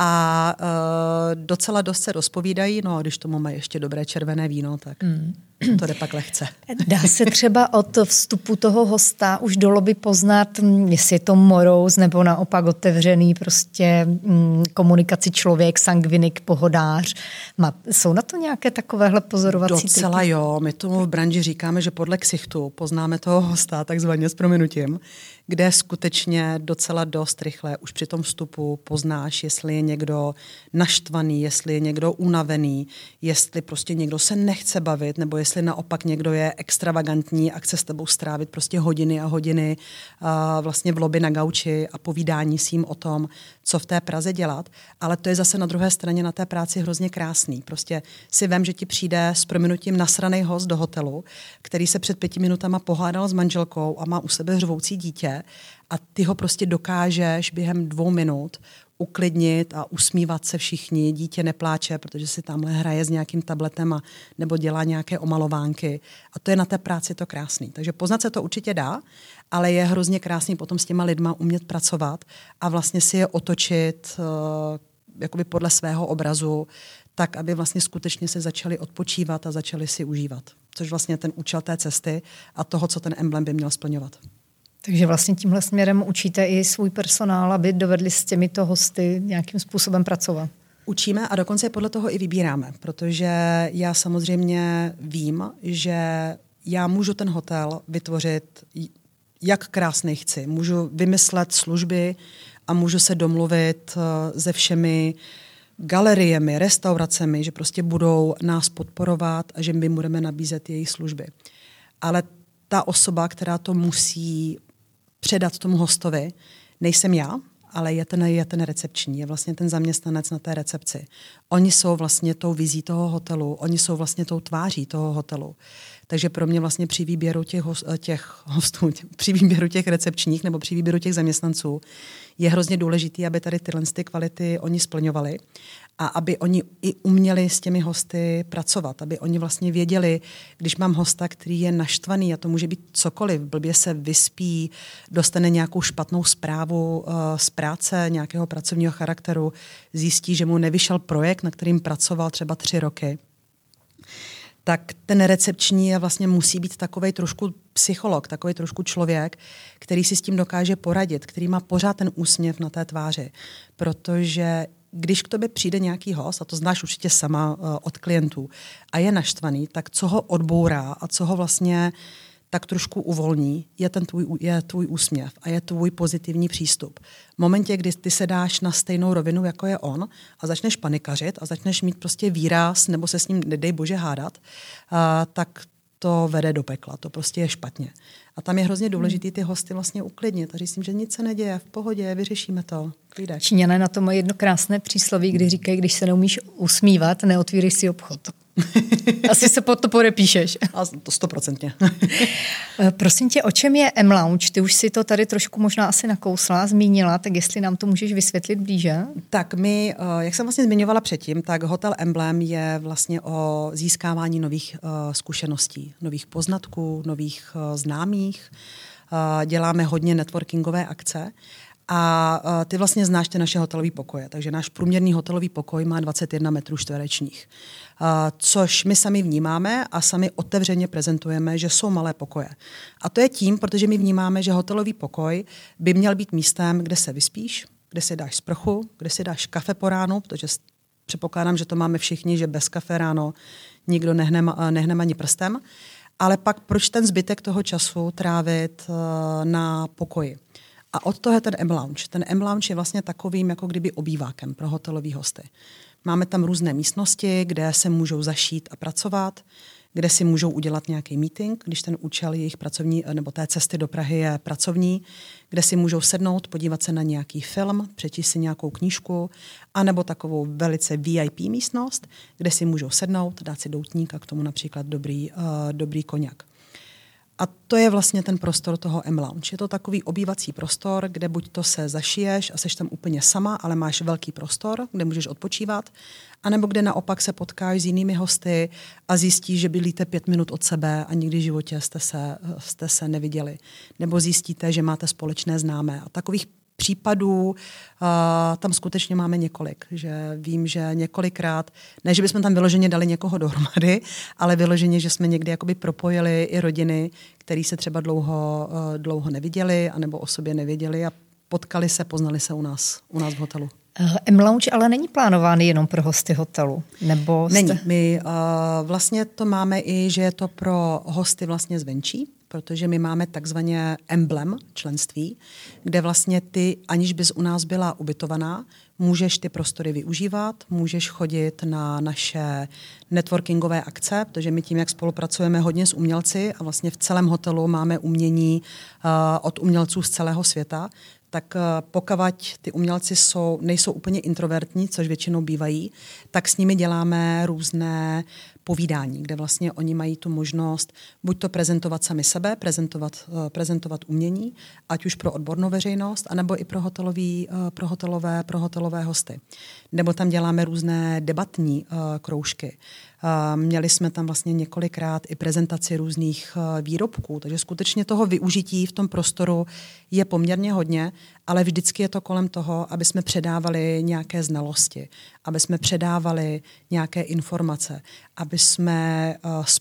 a docela dost se rozpovídají, no a když tomu mají ještě dobré červené víno, tak to jde pak lehce. Dá se třeba od vstupu toho hosta už do lobby poznat, jestli je to morous nebo naopak otevřený prostě komunikaci člověk, sangvinik, pohodář. Jsou na to nějaké takovéhle pozorovací triky? Docela jo, my tomu v branži říkáme, že podle ksichtu poznáme toho hosta, takzvaně s prominutím, kde skutečně docela dost rychle už při tom vstupu poznáš, jestli je někdo naštvaný, jestli je někdo unavený, jestli prostě někdo se nechce bavit, nebo jestli naopak někdo je extravagantní a chce s tebou strávit prostě hodiny a hodiny vlastně v lobby na gauči a povídání s ním o tom, co v té Praze dělat. Ale to je zase na druhé straně na té práci hrozně krásný. Prostě si vem, že ti přijde s prominutím nasranej host do hotelu, který se před 5 minutama pohádal s manželkou a má u sebe hřvoucí dítě a ty ho prostě dokážeš během 2 minut uklidnit a usmívat se všichni. Dítě nepláče, protože si tamhle hraje s nějakým tabletem nebo dělá nějaké omalovánky. A to je na té práci to krásný. Takže poznat se to určitě dá, ale je hrozně krásný potom s těma lidma umět pracovat a vlastně si je otočit jakoby podle svého obrazu, tak, aby vlastně skutečně se začali odpočívat a začali si užívat. Což vlastně ten účel té cesty a toho, co ten emblém by měl splňovat. Takže vlastně tímhle směrem učíte i svůj personál, aby dovedli s těmito hosty nějakým způsobem pracovat. Učíme a dokonce podle toho i vybíráme, protože já samozřejmě vím, že já můžu ten hotel vytvořit, jak krásný chci. Můžu vymyslet služby a můžu se domluvit se všemi galeriemi, restauracemi, že prostě budou nás podporovat a že my budeme nabízet jejich služby. Ale ta osoba, která to musí předat tomu hostovi, nejsem já, ale je ten recepční, je vlastně ten zaměstnanec na té recepci. Oni jsou vlastně tou vizí toho hotelu, oni jsou vlastně tou tváří toho hotelu. Takže pro mě vlastně při výběru těch hostů, při výběru těch recepčních nebo při výběru těch zaměstnanců je hrozně důležitý, aby tady tyhle kvality oni splňovali a aby oni i uměli s těmi hosty pracovat, aby oni vlastně věděli, když mám hosta, který je naštvaný, a to může být cokoliv, blbě se vyspí, dostane nějakou špatnou zprávu z práce, nějakého pracovního charakteru, zjistí, že mu nevyšel projekt, na kterým pracoval třeba 3 roky, tak ten recepční vlastně musí být takovej trošku psycholog, takovej trošku člověk, který si s tím dokáže poradit, který má pořád ten úsměv na té tváři. Protože když k tobě přijde nějaký host, a to znáš určitě sama od klientů, a je naštvaný, tak co ho odbourá a co ho vlastně tak trošku uvolní, je tvůj úsměv a je tvůj pozitivní přístup. V momentě, kdy ty se dáš na stejnou rovinu, jako je on, a začneš panikařit a začneš mít prostě výraz, nebo se s ním, nedej bože, hádat, tak to vede do pekla. To prostě je špatně. A tam je hrozně důležité ty hosty vlastně uklidnit a říct jim, že nic se neděje, v pohodě, vyřešíme to. Klídek. Číňané na to mají jedno krásné přísloví, kdy říkají, když se neumíš usmívat, neotvírej si obchod. Asi se pod to podepíšeš. A to 100%. Prosím tě, o čem je M-Lounge? Ty už si to tady trošku možná asi nakousla, zmínila, tak jestli nám to můžeš vysvětlit blíže? Tak my, jak jsem vlastně zmiňovala předtím, tak Hotel Emblem je vlastně o získávání nových zkušeností, nových poznatků, nových známých. Děláme hodně networkingové akce. A ty vlastně znáš ty naše hotelové pokoje, takže náš průměrný hotelový pokoj má 21 metrů čtverečních, což my sami vnímáme a sami otevřeně prezentujeme, že jsou malé pokoje. A to je tím, protože my vnímáme, že hotelový pokoj by měl být místem, kde se vyspíš, kde si dáš sprchu, kde si dáš kafe po ránu, protože předpokládám, že to máme všichni, že bez kafe ráno nikdo nehne ani prstem, ale pak proč ten zbytek toho času trávit na pokoji? A od toho je ten M-Lounge. Ten M-Lounge je vlastně takovým jako kdyby obývákem pro hotelový hosty. Máme tam různé místnosti, kde se můžou zašít a pracovat, kde si můžou udělat nějaký meeting, když ten účel jejich pracovní nebo té cesty do Prahy je pracovní, kde si můžou sednout, podívat se na nějaký film, přečíst si nějakou knížku, anebo takovou velice VIP místnost, kde si můžou sednout, dát si doutník a k tomu například dobrý koněk. A to je vlastně ten prostor toho M-Lounge. Je to takový obývací prostor, kde buď to se zašiješ a seš tam úplně sama, ale máš velký prostor, kde můžeš odpočívat, anebo kde naopak se potkáš s jinými hosty a zjistíš, že bydlíte 5 minut od sebe a nikdy v životě jste se neviděli. Nebo zjistíte, že máte společné známé. A takových případů tam skutečně máme několik. Že vím, že několikrát, ne, že bychom tam vyloženě dali někoho dohromady, ale vyloženě, že jsme někdy jakoby propojili i rodiny, které se třeba dlouho neviděli anebo o sobě nevěděli a potkali se, poznali se u nás v hotelu. M-Lounge ale není plánován jenom pro hosty hotelu? Nebo Není. My vlastně to máme i, že je to pro hosty vlastně zvenčí, protože my máme takzvaně emblem členství, kde vlastně ty, aniž bys u nás byla ubytovaná, můžeš ty prostory využívat, můžeš chodit na naše networkingové akce, protože my tím, jak spolupracujeme hodně s umělci a vlastně v celém hotelu máme umění od umělců z celého světa, tak pokud ty umělci nejsou úplně introvertní, což většinou bývají, tak s nimi děláme různé povídání, kde vlastně oni mají tu možnost buď to prezentovat sami sebe, prezentovat umění, ať už pro odbornou veřejnost, anebo i pro hotelové hosty. Nebo tam děláme různé debatní kroužky. Měli jsme tam vlastně několikrát i prezentaci různých výrobků, takže skutečně toho využití v tom prostoru je poměrně hodně, ale vždycky je to kolem toho, aby jsme předávali nějaké znalosti, aby jsme předávali nějaké informace, aby jsme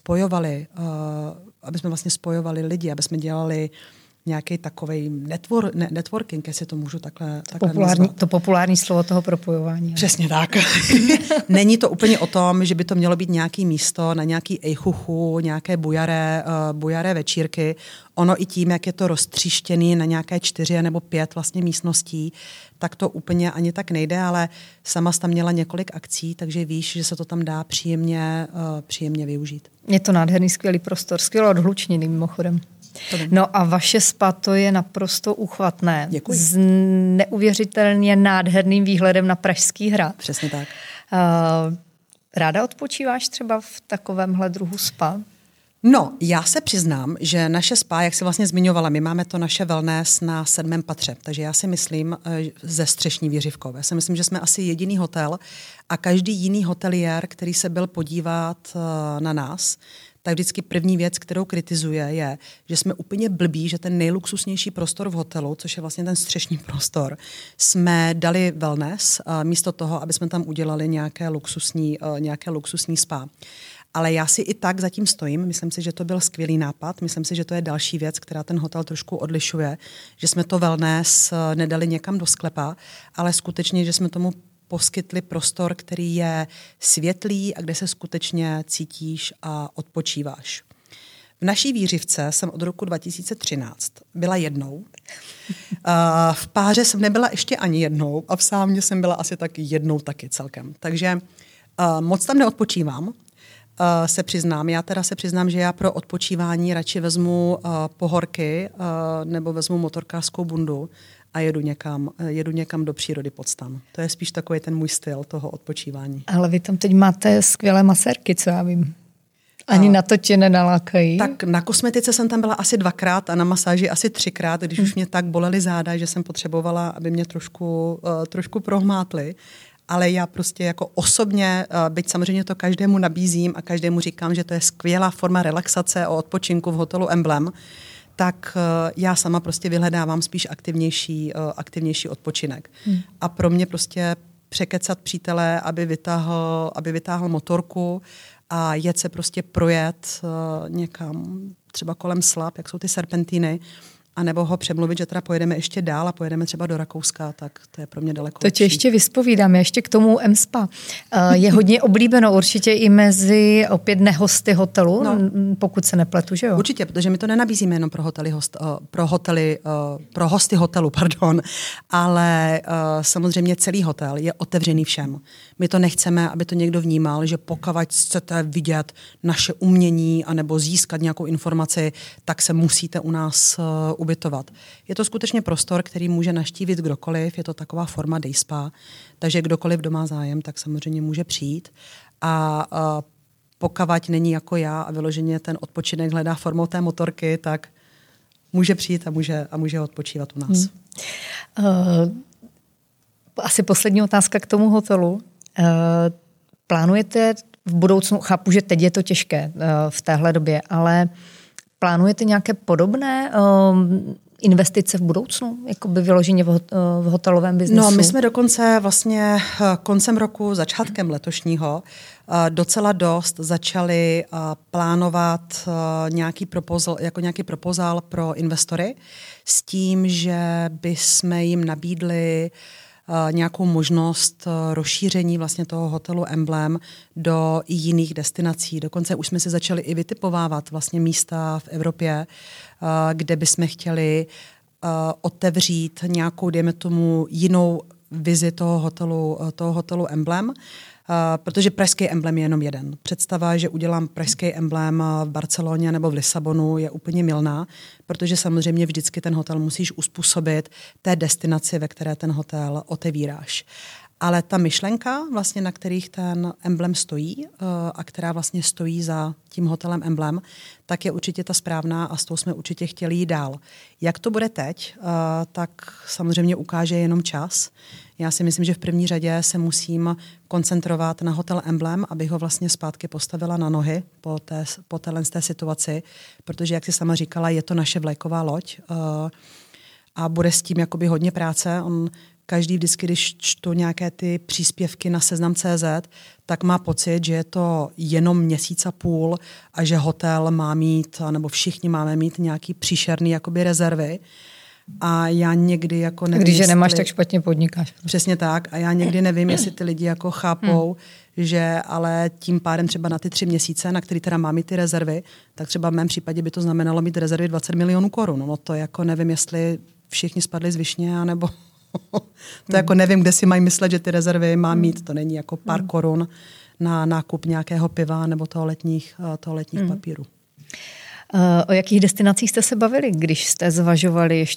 spojovali lidi, aby jsme dělali nějaký takovej networking, jestli to můžu takhle nazvat. To populární slovo toho propojování. Přesně tak. Není to úplně o tom, že by to mělo být nějaké místo na nějaký ejchuchu, nějaké bujaré večírky. Ono i tím, jak je to roztříštěný na nějaké 4 nebo 5 vlastně místností, tak to úplně ani tak nejde, ale sama jsi tam měla několik akcí, takže víš, že se to tam dá příjemně využít. Je to nádherný, skvělý prostor, skvěle odhlučněný mimochodem. No a vaše spa, to je naprosto uchvatné. Děkuji. S neuvěřitelně nádherným výhledem na Pražský hrad. Přesně tak. Ráda odpočíváš třeba v takovémhle druhu spa? No, já se přiznám, že naše spa, jak jsi vlastně zmiňovala, my máme to naše wellness na 7. patře, takže já si myslím ze střešní výřivkou. Já si myslím, že jsme asi jediný hotel a každý jiný hoteliér, který se byl podívat na nás, tak vždycky první věc, kterou kritizuje, je, že jsme úplně blbí, že ten nejluxusnější prostor v hotelu, což je vlastně ten střešní prostor, jsme dali wellness místo toho, aby jsme tam udělali nějaké luxusní spa. Ale já si i tak zatím stojím, myslím si, že to byl skvělý nápad, myslím si, že to je další věc, která ten hotel trošku odlišuje, že jsme to wellness nedali někam do sklepa, ale skutečně, že jsme tomu poskytli prostor, který je světlý a kde se skutečně cítíš a odpočíváš. V naší výřivce jsem od roku 2013 byla jednou. V páře jsem nebyla ještě ani jednou a v sauně jsem byla asi tak jednou taky celkem. Takže moc tam neodpočívám. Se přiznám. Já teda se přiznám, že já pro odpočívání radši vezmu pohorky nebo vezmu motorkářskou bundu a jedu někam do přírody pod stan. To je spíš takový ten můj styl toho odpočívání. Ale vy tam teď máte skvělé masérky, co já vím. Ani na to tě nenalákají? Tak na kosmetice jsem tam byla asi 2krát a na masáži asi 3krát, když už mě tak bolely záda, že jsem potřebovala, aby mě trošku prohmátly. Ale já prostě jako osobně, byť samozřejmě to každému nabízím a každému říkám, že to je skvělá forma relaxace a odpočinku v hotelu Emblem, tak já sama prostě vyhledávám spíš aktivnější odpočinek. A pro mě prostě překecat přítele, aby vytáhl motorku a jet se prostě projet někam, třeba kolem Slap, jak jsou ty serpentíny, a nebo ho přemluvit, že teda pojedeme ještě dál a pojedeme třeba do Rakouska, tak to je pro mě daleko lepší. To tě ještě vyspovídám, ještě k tomu M-Spa. Je hodně oblíbeno určitě i mezi opět nehosty hotelu, pokud se nepletu, že jo? Určitě, protože my to nenabízíme jenom pro hosty hotelu, ale samozřejmě celý hotel je otevřený všem. My to nechceme, aby to někdo vnímal, že pokud chcete vidět naše umění anebo získat nějakou informaci, tak se musíte u nás ubytovat. Je to skutečně prostor, který může navštívit kdokoliv, je to taková forma day spa, takže kdokoliv, kdo má zájem, tak samozřejmě může přijít a pokud není jako já a vyloženě ten odpočinek hledá formou té motorky, tak může přijít a může odpočívat u nás. Asi poslední otázka k tomu hotelu. Plánujete v budoucnu, chápu, že teď je to těžké v téhle době, ale plánujete nějaké podobné investice v budoucnu, jako by vyloženě v hotelovém biznesu? No, my jsme dokonce vlastně koncem roku, začátkem letošního docela dost začali plánovat nějaký proposal pro investory s tím, že bychom jim nabídli nějakou možnost rozšíření vlastně toho hotelu Emblem do jiných destinací. Dokonce už jsme si začali i vytipovávat vlastně místa v Evropě, kde bychom chtěli otevřít nějakou, dejme tomu, jinou vizi toho hotelu Emblem, protože pražský emblem je jenom jeden. Představa, že udělám pražský emblem v Barceloně nebo v Lisabonu, je úplně mylná, protože samozřejmě vždycky ten hotel musíš uspůsobit té destinaci, ve které ten hotel otevíráš. Ale ta myšlenka, vlastně, na kterých ten emblem stojí a která vlastně stojí za tím hotelem Emblem, tak je určitě ta správná a s tou jsme určitě chtěli jít dál. Jak to bude teď, tak samozřejmě ukáže jenom čas. Já si myslím, že v první řadě se musím koncentrovat na hotel Emblem, abych ho vlastně zpátky postavila na nohy po téhle situaci, protože, jak jsi sama říkala, je to naše vlajková loď a bude s tím jakoby hodně práce. Každý vždycky, když čtu nějaké ty příspěvky na Seznam.cz, tak má pocit, že je to jenom měsíc a půl a že hotel má mít, nebo všichni máme mít nějaký příšerný jakoby rezervy. A já někdy jako nevím, když je nemáš, tak špatně podnikáš. Přesně tak. A já někdy nevím, jestli ty lidi jako chápou, že ale tím pádem třeba na ty 3 měsíce, na který teda mám mít ty rezervy, tak třeba v mém případě by to znamenalo mít rezervy 20 milionů korun. No to jako nevím, jestli všichni spadli z višně, anebo to jako nevím, kde si mají myslet, že ty rezervy má mít. To není jako pár korun na nákup nějakého piva nebo toaletních papírů. O jakých destinacích jste se bavili, když jste zvažovali ještě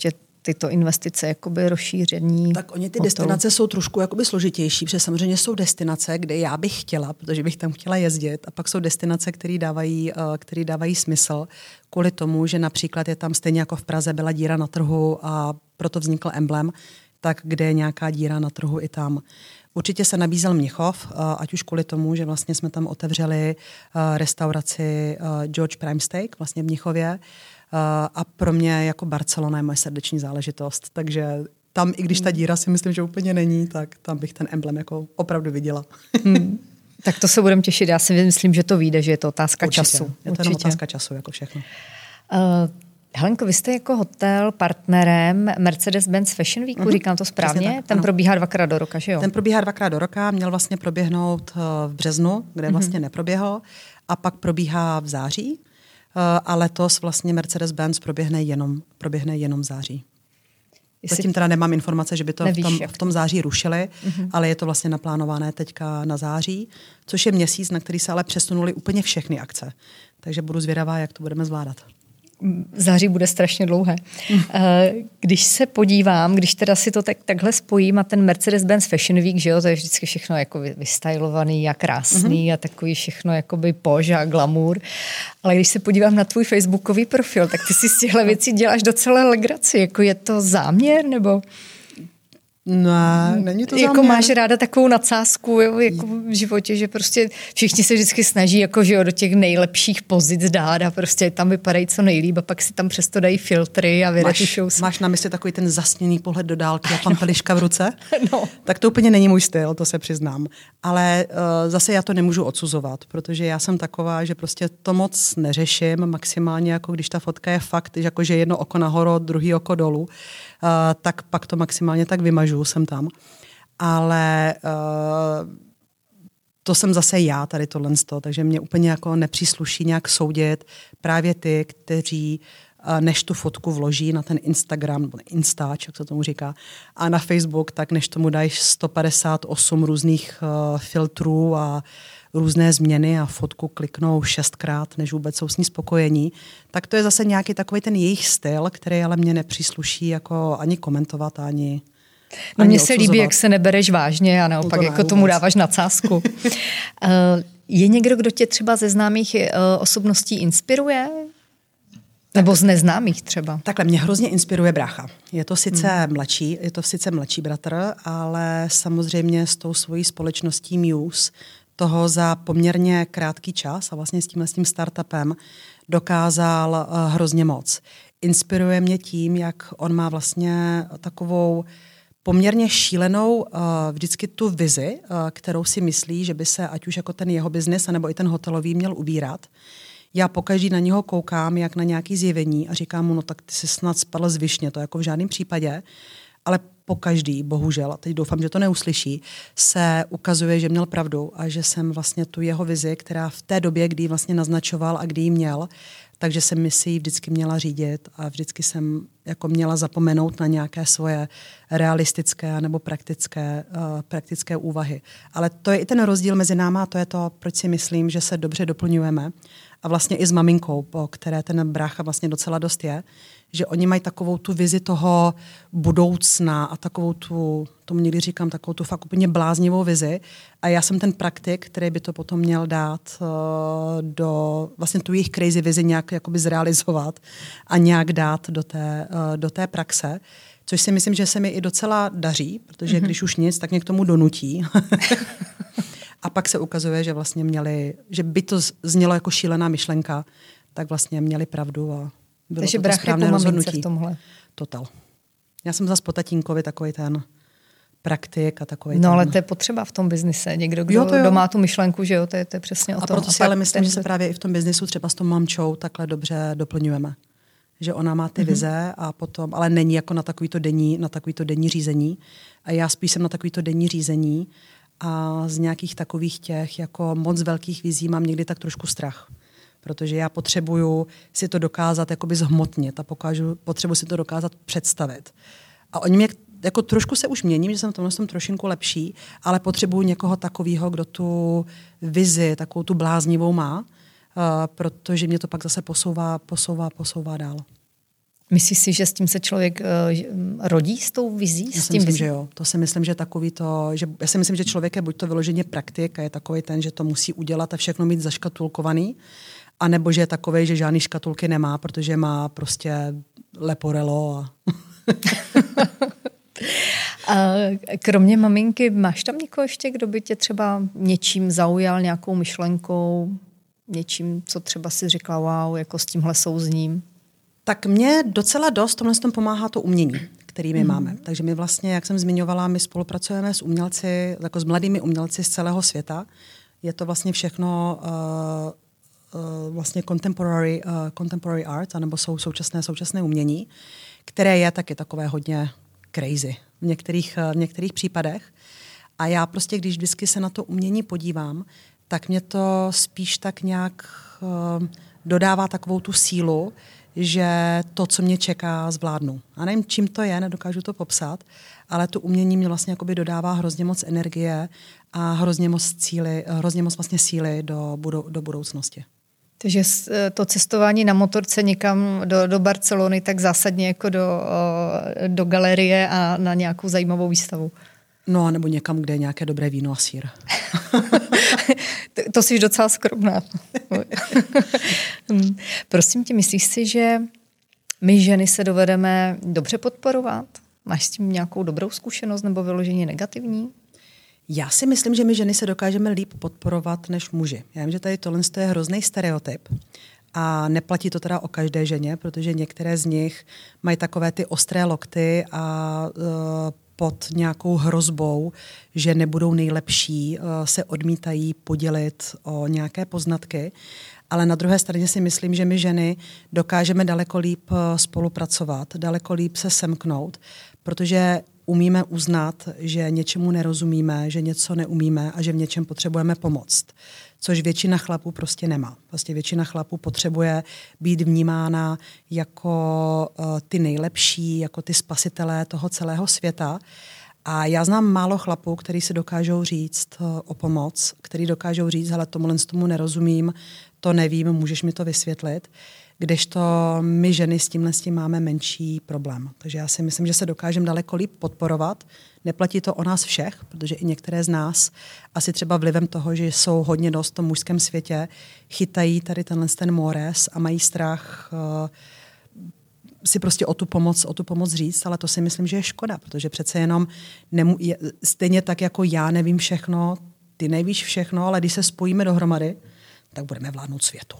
tyto investice jakoby rozšíření? Tak oni ty destinace jsou trošku jakoby složitější, protože samozřejmě jsou destinace, kde já bych chtěla, protože bych tam chtěla jezdit, a pak jsou destinace, které dávají smysl kvůli tomu, že například je tam stejně jako v Praze byla díra na trhu a proto vznikl emblém, tak kde je nějaká díra na trhu i tam. Určitě se nabízel Mnichov, ať už kvůli tomu, že vlastně jsme tam otevřeli restauraci George Prime Steak vlastně v Mnichově, a pro mě jako Barcelona je moje srdeční záležitost, takže tam, i když ta díra si myslím, že úplně není, tak tam bych ten emblém jako opravdu viděla. Tak to se budeme těšit. Já si myslím, že to vyjde, že je to otázka času. Je to jenom otázka času, jako všechno. Helenko, vy jste jako hotel partnerem Mercedes-Benz Fashion Weeku, říkám to správně? Tak, ten probíhá 2krát do roka, že jo? Ten probíhá 2krát do roka, měl vlastně proběhnout v březnu, kde vlastně neproběhl, a pak probíhá v září, a letos vlastně Mercedes-Benz proběhne jenom v září. Zatím teda nemám informace, že by to v tom září rušili, ale je to vlastně naplánované teďka na září, což je měsíc, na který se ale přesunuly úplně všechny akce. Takže budu zvědavá, jak to budeme zvládat. Září bude strašně dlouhé. Když se podívám, když teda si to takhle spojím a ten Mercedes-Benz Fashion Week, že jo, to je vždycky všechno jako vystylovaný a krásný a takový všechno jakoby pož a glamour. Ale když se podívám na tvůj facebookový profil, tak ty si z těchto věcí děláš docela legraci. Jako je to záměr, nebo... Ne, není to záměr. Jako máš ráda takovou nadsázku, jo, jako v životě, že prostě všichni se vždycky snaží jako, že jo, do těch nejlepších pozic dát a prostě tam vypadají co nejlíp a pak si tam přesto dají filtry a vyretušou se. Máš na mysli takový ten zasněný pohled do dálky a pampeliška v ruce? No. Tak to úplně není můj styl, to se přiznám. Ale zase já to nemůžu odsuzovat, protože já jsem taková, že prostě to moc neřeším, maximálně jako když ta fotka je fakt, že jako že jedno oko nahoru, druhý oko dolů, tak pak to maximálně tak vymažu, jsem tam. Ale to jsem zase já, tady tohle, takže mě úplně jako nepřísluší nějak soudit právě ty, kteří než tu fotku vloží na ten Instagram, nebo Instač, jak se tomu říká, a na Facebook, tak než tomu dají 158 různých filtrů a různé změny a fotku kliknou 6krát, než vůbec jsou s ní spokojení, tak to je zase nějaký takový ten jejich styl, který ale mě nepřísluší jako ani komentovat, ani No mně se líbí, jak se nebereš vážně a naopak jako tomu dáváš nadsázku. Je někdo, kdo tě třeba ze známých osobností inspiruje? Nebo z neznámých třeba? Takhle, mě hrozně inspiruje brácha. Je to sice mladší bratr, ale samozřejmě s tou svojí společností Muse toho za poměrně krátký čas a vlastně s tím startupem dokázal hrozně moc. Inspiruje mě tím, jak on má vlastně takovou poměrně šílenou vždycky tu vizi, kterou si myslí, že by se ať už jako ten jeho biznis, anebo i ten hotelový měl ubírat. Já pokaždý na něho koukám, jak na nějaký zjevení a říkám mu, no tak ty jsi snad spadl z višně, to jako v žádném případě, ale pokaždý, bohužel, a teď doufám, že to neuslyší, se ukazuje, že měl pravdu a že jsem vlastně tu jeho vizi, která v té době, kdy ji vlastně naznačoval a kdy ji měl, takže jsem mi si ji vždycky měla řídit a vždycky jsem jako měla zapomenout na nějaké svoje realistické nebo praktické úvahy. Ale to je i ten rozdíl mezi náma a to je to, proč si myslím, že se dobře doplňujeme. A vlastně i s maminkou, po které ten brácha vlastně docela dost je, že oni mají takovou tu vizi toho budoucna a takovou tu, tomu někdy říkám, takovou tu fakt úplně bláznivou vizi. A já jsem ten praktik, který by to potom měl dát do vlastně tu jejich crazy vizi nějak jakoby zrealizovat a nějak dát do té praxe. Což si myslím, že se mi i docela daří, protože když už nic, tak mě k tomu donutí. A pak se ukazuje, že vlastně že by to znělo jako šílená myšlenka, tak vlastně měli pravdu a bylo to správné rozhodnutí. V tomhle. Total. Já jsem zas po tatínkovi takový ten praktik a takový No ale to je potřeba v tom biznise. Někdo, kdo má tu myšlenku, že jo, to je přesně o tom. A proto si ale myslím, že se právě i v tom biznisu třeba s tou mamčou takhle dobře doplňujeme. Že ona má ty vize a potom, ale není jako na takovýto denní řízení. A já spíš jsem na takovýto denní řízení a z nějakých takových těch jako moc velkých vizí mám někdy tak trošku strach. Protože já potřebuju si to dokázat jakoby zhmotnit a potřebuji si to dokázat představit. A oni mě jako trošku se už měním, že jsem trošinku lepší, ale potřebuju někoho takového, kdo tu vizi, takovou tu bláznivou má, protože mě to pak zase posouvá dál. Myslíš si, že s tím se člověk rodí s tou vizí? Já si myslím, že jo. To si myslím, že takový to, že já si myslím, že člověk je buď to vyloženě praktik a je takový ten, že to musí udělat a všechno mít zaškatulkovaný, anebo že je takovej, že žádný škatulky nemá, protože má prostě leporelo a... A kromě maminky, máš tam někoho ještě, kdo by tě třeba něčím zaujal, nějakou myšlenkou, něčím, co třeba si říkala, wow, jako s tímhle souzním? Tak mě docela dost tomhle tom pomáhá to umění, který my máme. Takže my vlastně, jak jsem zmiňovala, my spolupracujeme s umělci, jako s mladými umělci z celého světa. Je to vlastně všechno vlastně contemporary art, anebo jsou současné umění, které je taky takové hodně crazy v některých případech. A já prostě, když vždycky se na to umění podívám, tak mě to spíš tak nějak dodává takovou tu sílu, že to, co mě čeká, zvládnu. A nevím, čím to je, nedokážu to popsat, ale to umění mě vlastně jakoby dodává hrozně moc energie a hrozně moc vlastně síly do budoucnosti. Takže to cestování na motorce někam do Barcelony tak zásadně jako do galerie a na nějakou zajímavou výstavu. No, nebo někam, kde je nějaké dobré víno a sýr. To jsi docela skromná. Prosím tě, myslíš si, že my ženy se dovedeme dobře podporovat? Máš s tím nějakou dobrou zkušenost nebo vyloženě negativní? Já si myslím, že my ženy se dokážeme líp podporovat než muži. Já vím, že tady tohle je hrozný stereotyp. A neplatí to teda o každé ženě, protože některé z nich mají takové ty ostré lokty a pod nějakou hrozbou, že nebudou nejlepší, se odmítají podělit o nějaké poznatky. Ale na druhé straně si myslím, že my ženy dokážeme daleko líp spolupracovat, daleko líp se semknout, protože umíme uznat, že něčemu nerozumíme, že něco neumíme a že v něčem potřebujeme pomoct. Což většina chlapů prostě nemá. Prostě většina chlapů potřebuje být vnímána jako ty nejlepší, jako ty spasitelé toho celého světa. A já znám málo chlapů, kteří si dokážou říct o pomoc, kteří dokážou říct, hele, tomu nerozumím, to nevím, můžeš mi to vysvětlit. Kdežto my ženy s tím máme menší problém. Takže já si myslím, že se dokážeme daleko líp podporovat. Neplatí to o nás všech, protože i některé z nás asi třeba vlivem toho, že jsou hodně dost v tom mužském světě, chytají tady ten mores a mají strach si prostě o tu pomoc říct, ale to si myslím, že je škoda, protože přece jenom stejně tak jako já nevím všechno, ty nevíš všechno, ale když se spojíme dohromady, tak budeme vládnout světu.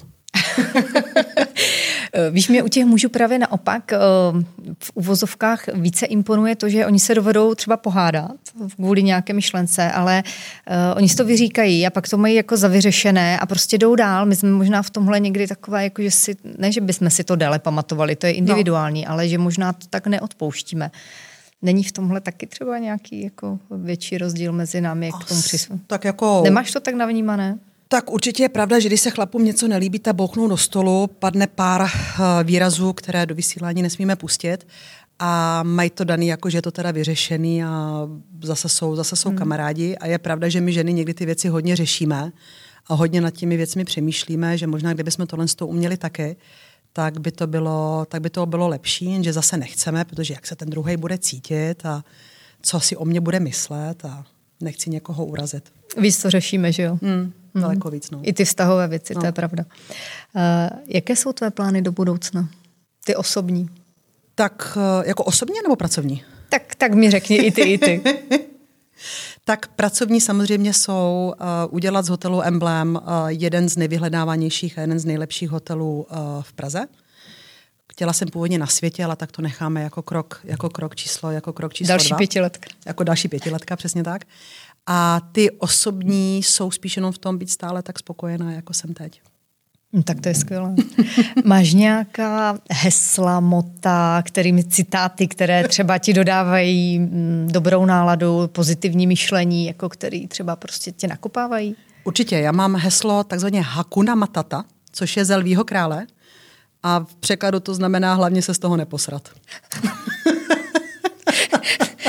Víš, mě u těch mužů právě naopak v uvozovkách více imponuje to, že oni se dovedou třeba pohádat kvůli nějaké myšlence, ale oni si to vyříkají a pak to mají jako zavyřešené a prostě jdou dál. My jsme možná v tomhle někdy takové, jako že ne, že bychom si to déle pamatovali, to je individuální, ale že možná to tak neodpouštíme. Není v tomhle taky třeba nějaký jako větší rozdíl mezi námi, jak k tomu tak jako... Nemáš to tak navnímané? Tak určitě je pravda, že když se chlapům něco nelíbí, tak bouchnou do stolu, padne pár výrazů, které do vysílání nesmíme pustit a mají to daný jako, že je to teda vyřešený a zase jsou kamarádi a je pravda, že my ženy někdy ty věci hodně řešíme a hodně nad těmi věcmi přemýšlíme, že možná kdybychom tohle uměli taky, tak by to bylo lepší, jenže zase nechceme, protože jak se ten druhej bude cítit a co si o mě bude myslet a nechci někoho urazit. Víc to řešíme, že jo? Daleko víc. No. I ty vztahové věci, to je pravda. Jaké jsou tvé plány do budoucna? Ty osobní. Tak jako osobní nebo pracovní? Tak mi řekni i ty. Tak pracovní samozřejmě jsou udělat z hotelu Emblem jeden z nejvyhledávanějších a jeden z nejlepších hotelů v Praze. Chtěla jsem původně na světě, ale tak to necháme jako krok číslo další 2. Pětiletka. Jako další 5letka, přesně tak. A ty osobní jsou spíš jenom v tom být stále tak spokojená, jako jsem teď. Tak to je skvělé. Máš nějaká hesla, mota, kterými citáty, které třeba ti dodávají dobrou náladu, pozitivní myšlení, jako který třeba prostě tě nakopávají? Určitě. Já mám heslo takzvaně Hakuna Matata, což je z Lvího krále. A v překladu to znamená hlavně se z toho neposrat.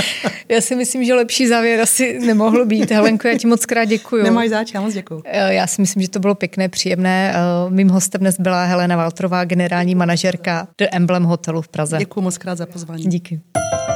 Já si myslím, že lepší závěr asi nemohlo být. Helenko, já ti moc krát děkuju. Nemáš zač, já moc děkuju. Já si myslím, že to bylo pěkné, příjemné. Mým hostem dnes byla Helena Walterová, generální manažerka The Emblem hotelu v Praze. Děkuju moc krát za pozvání. Díky.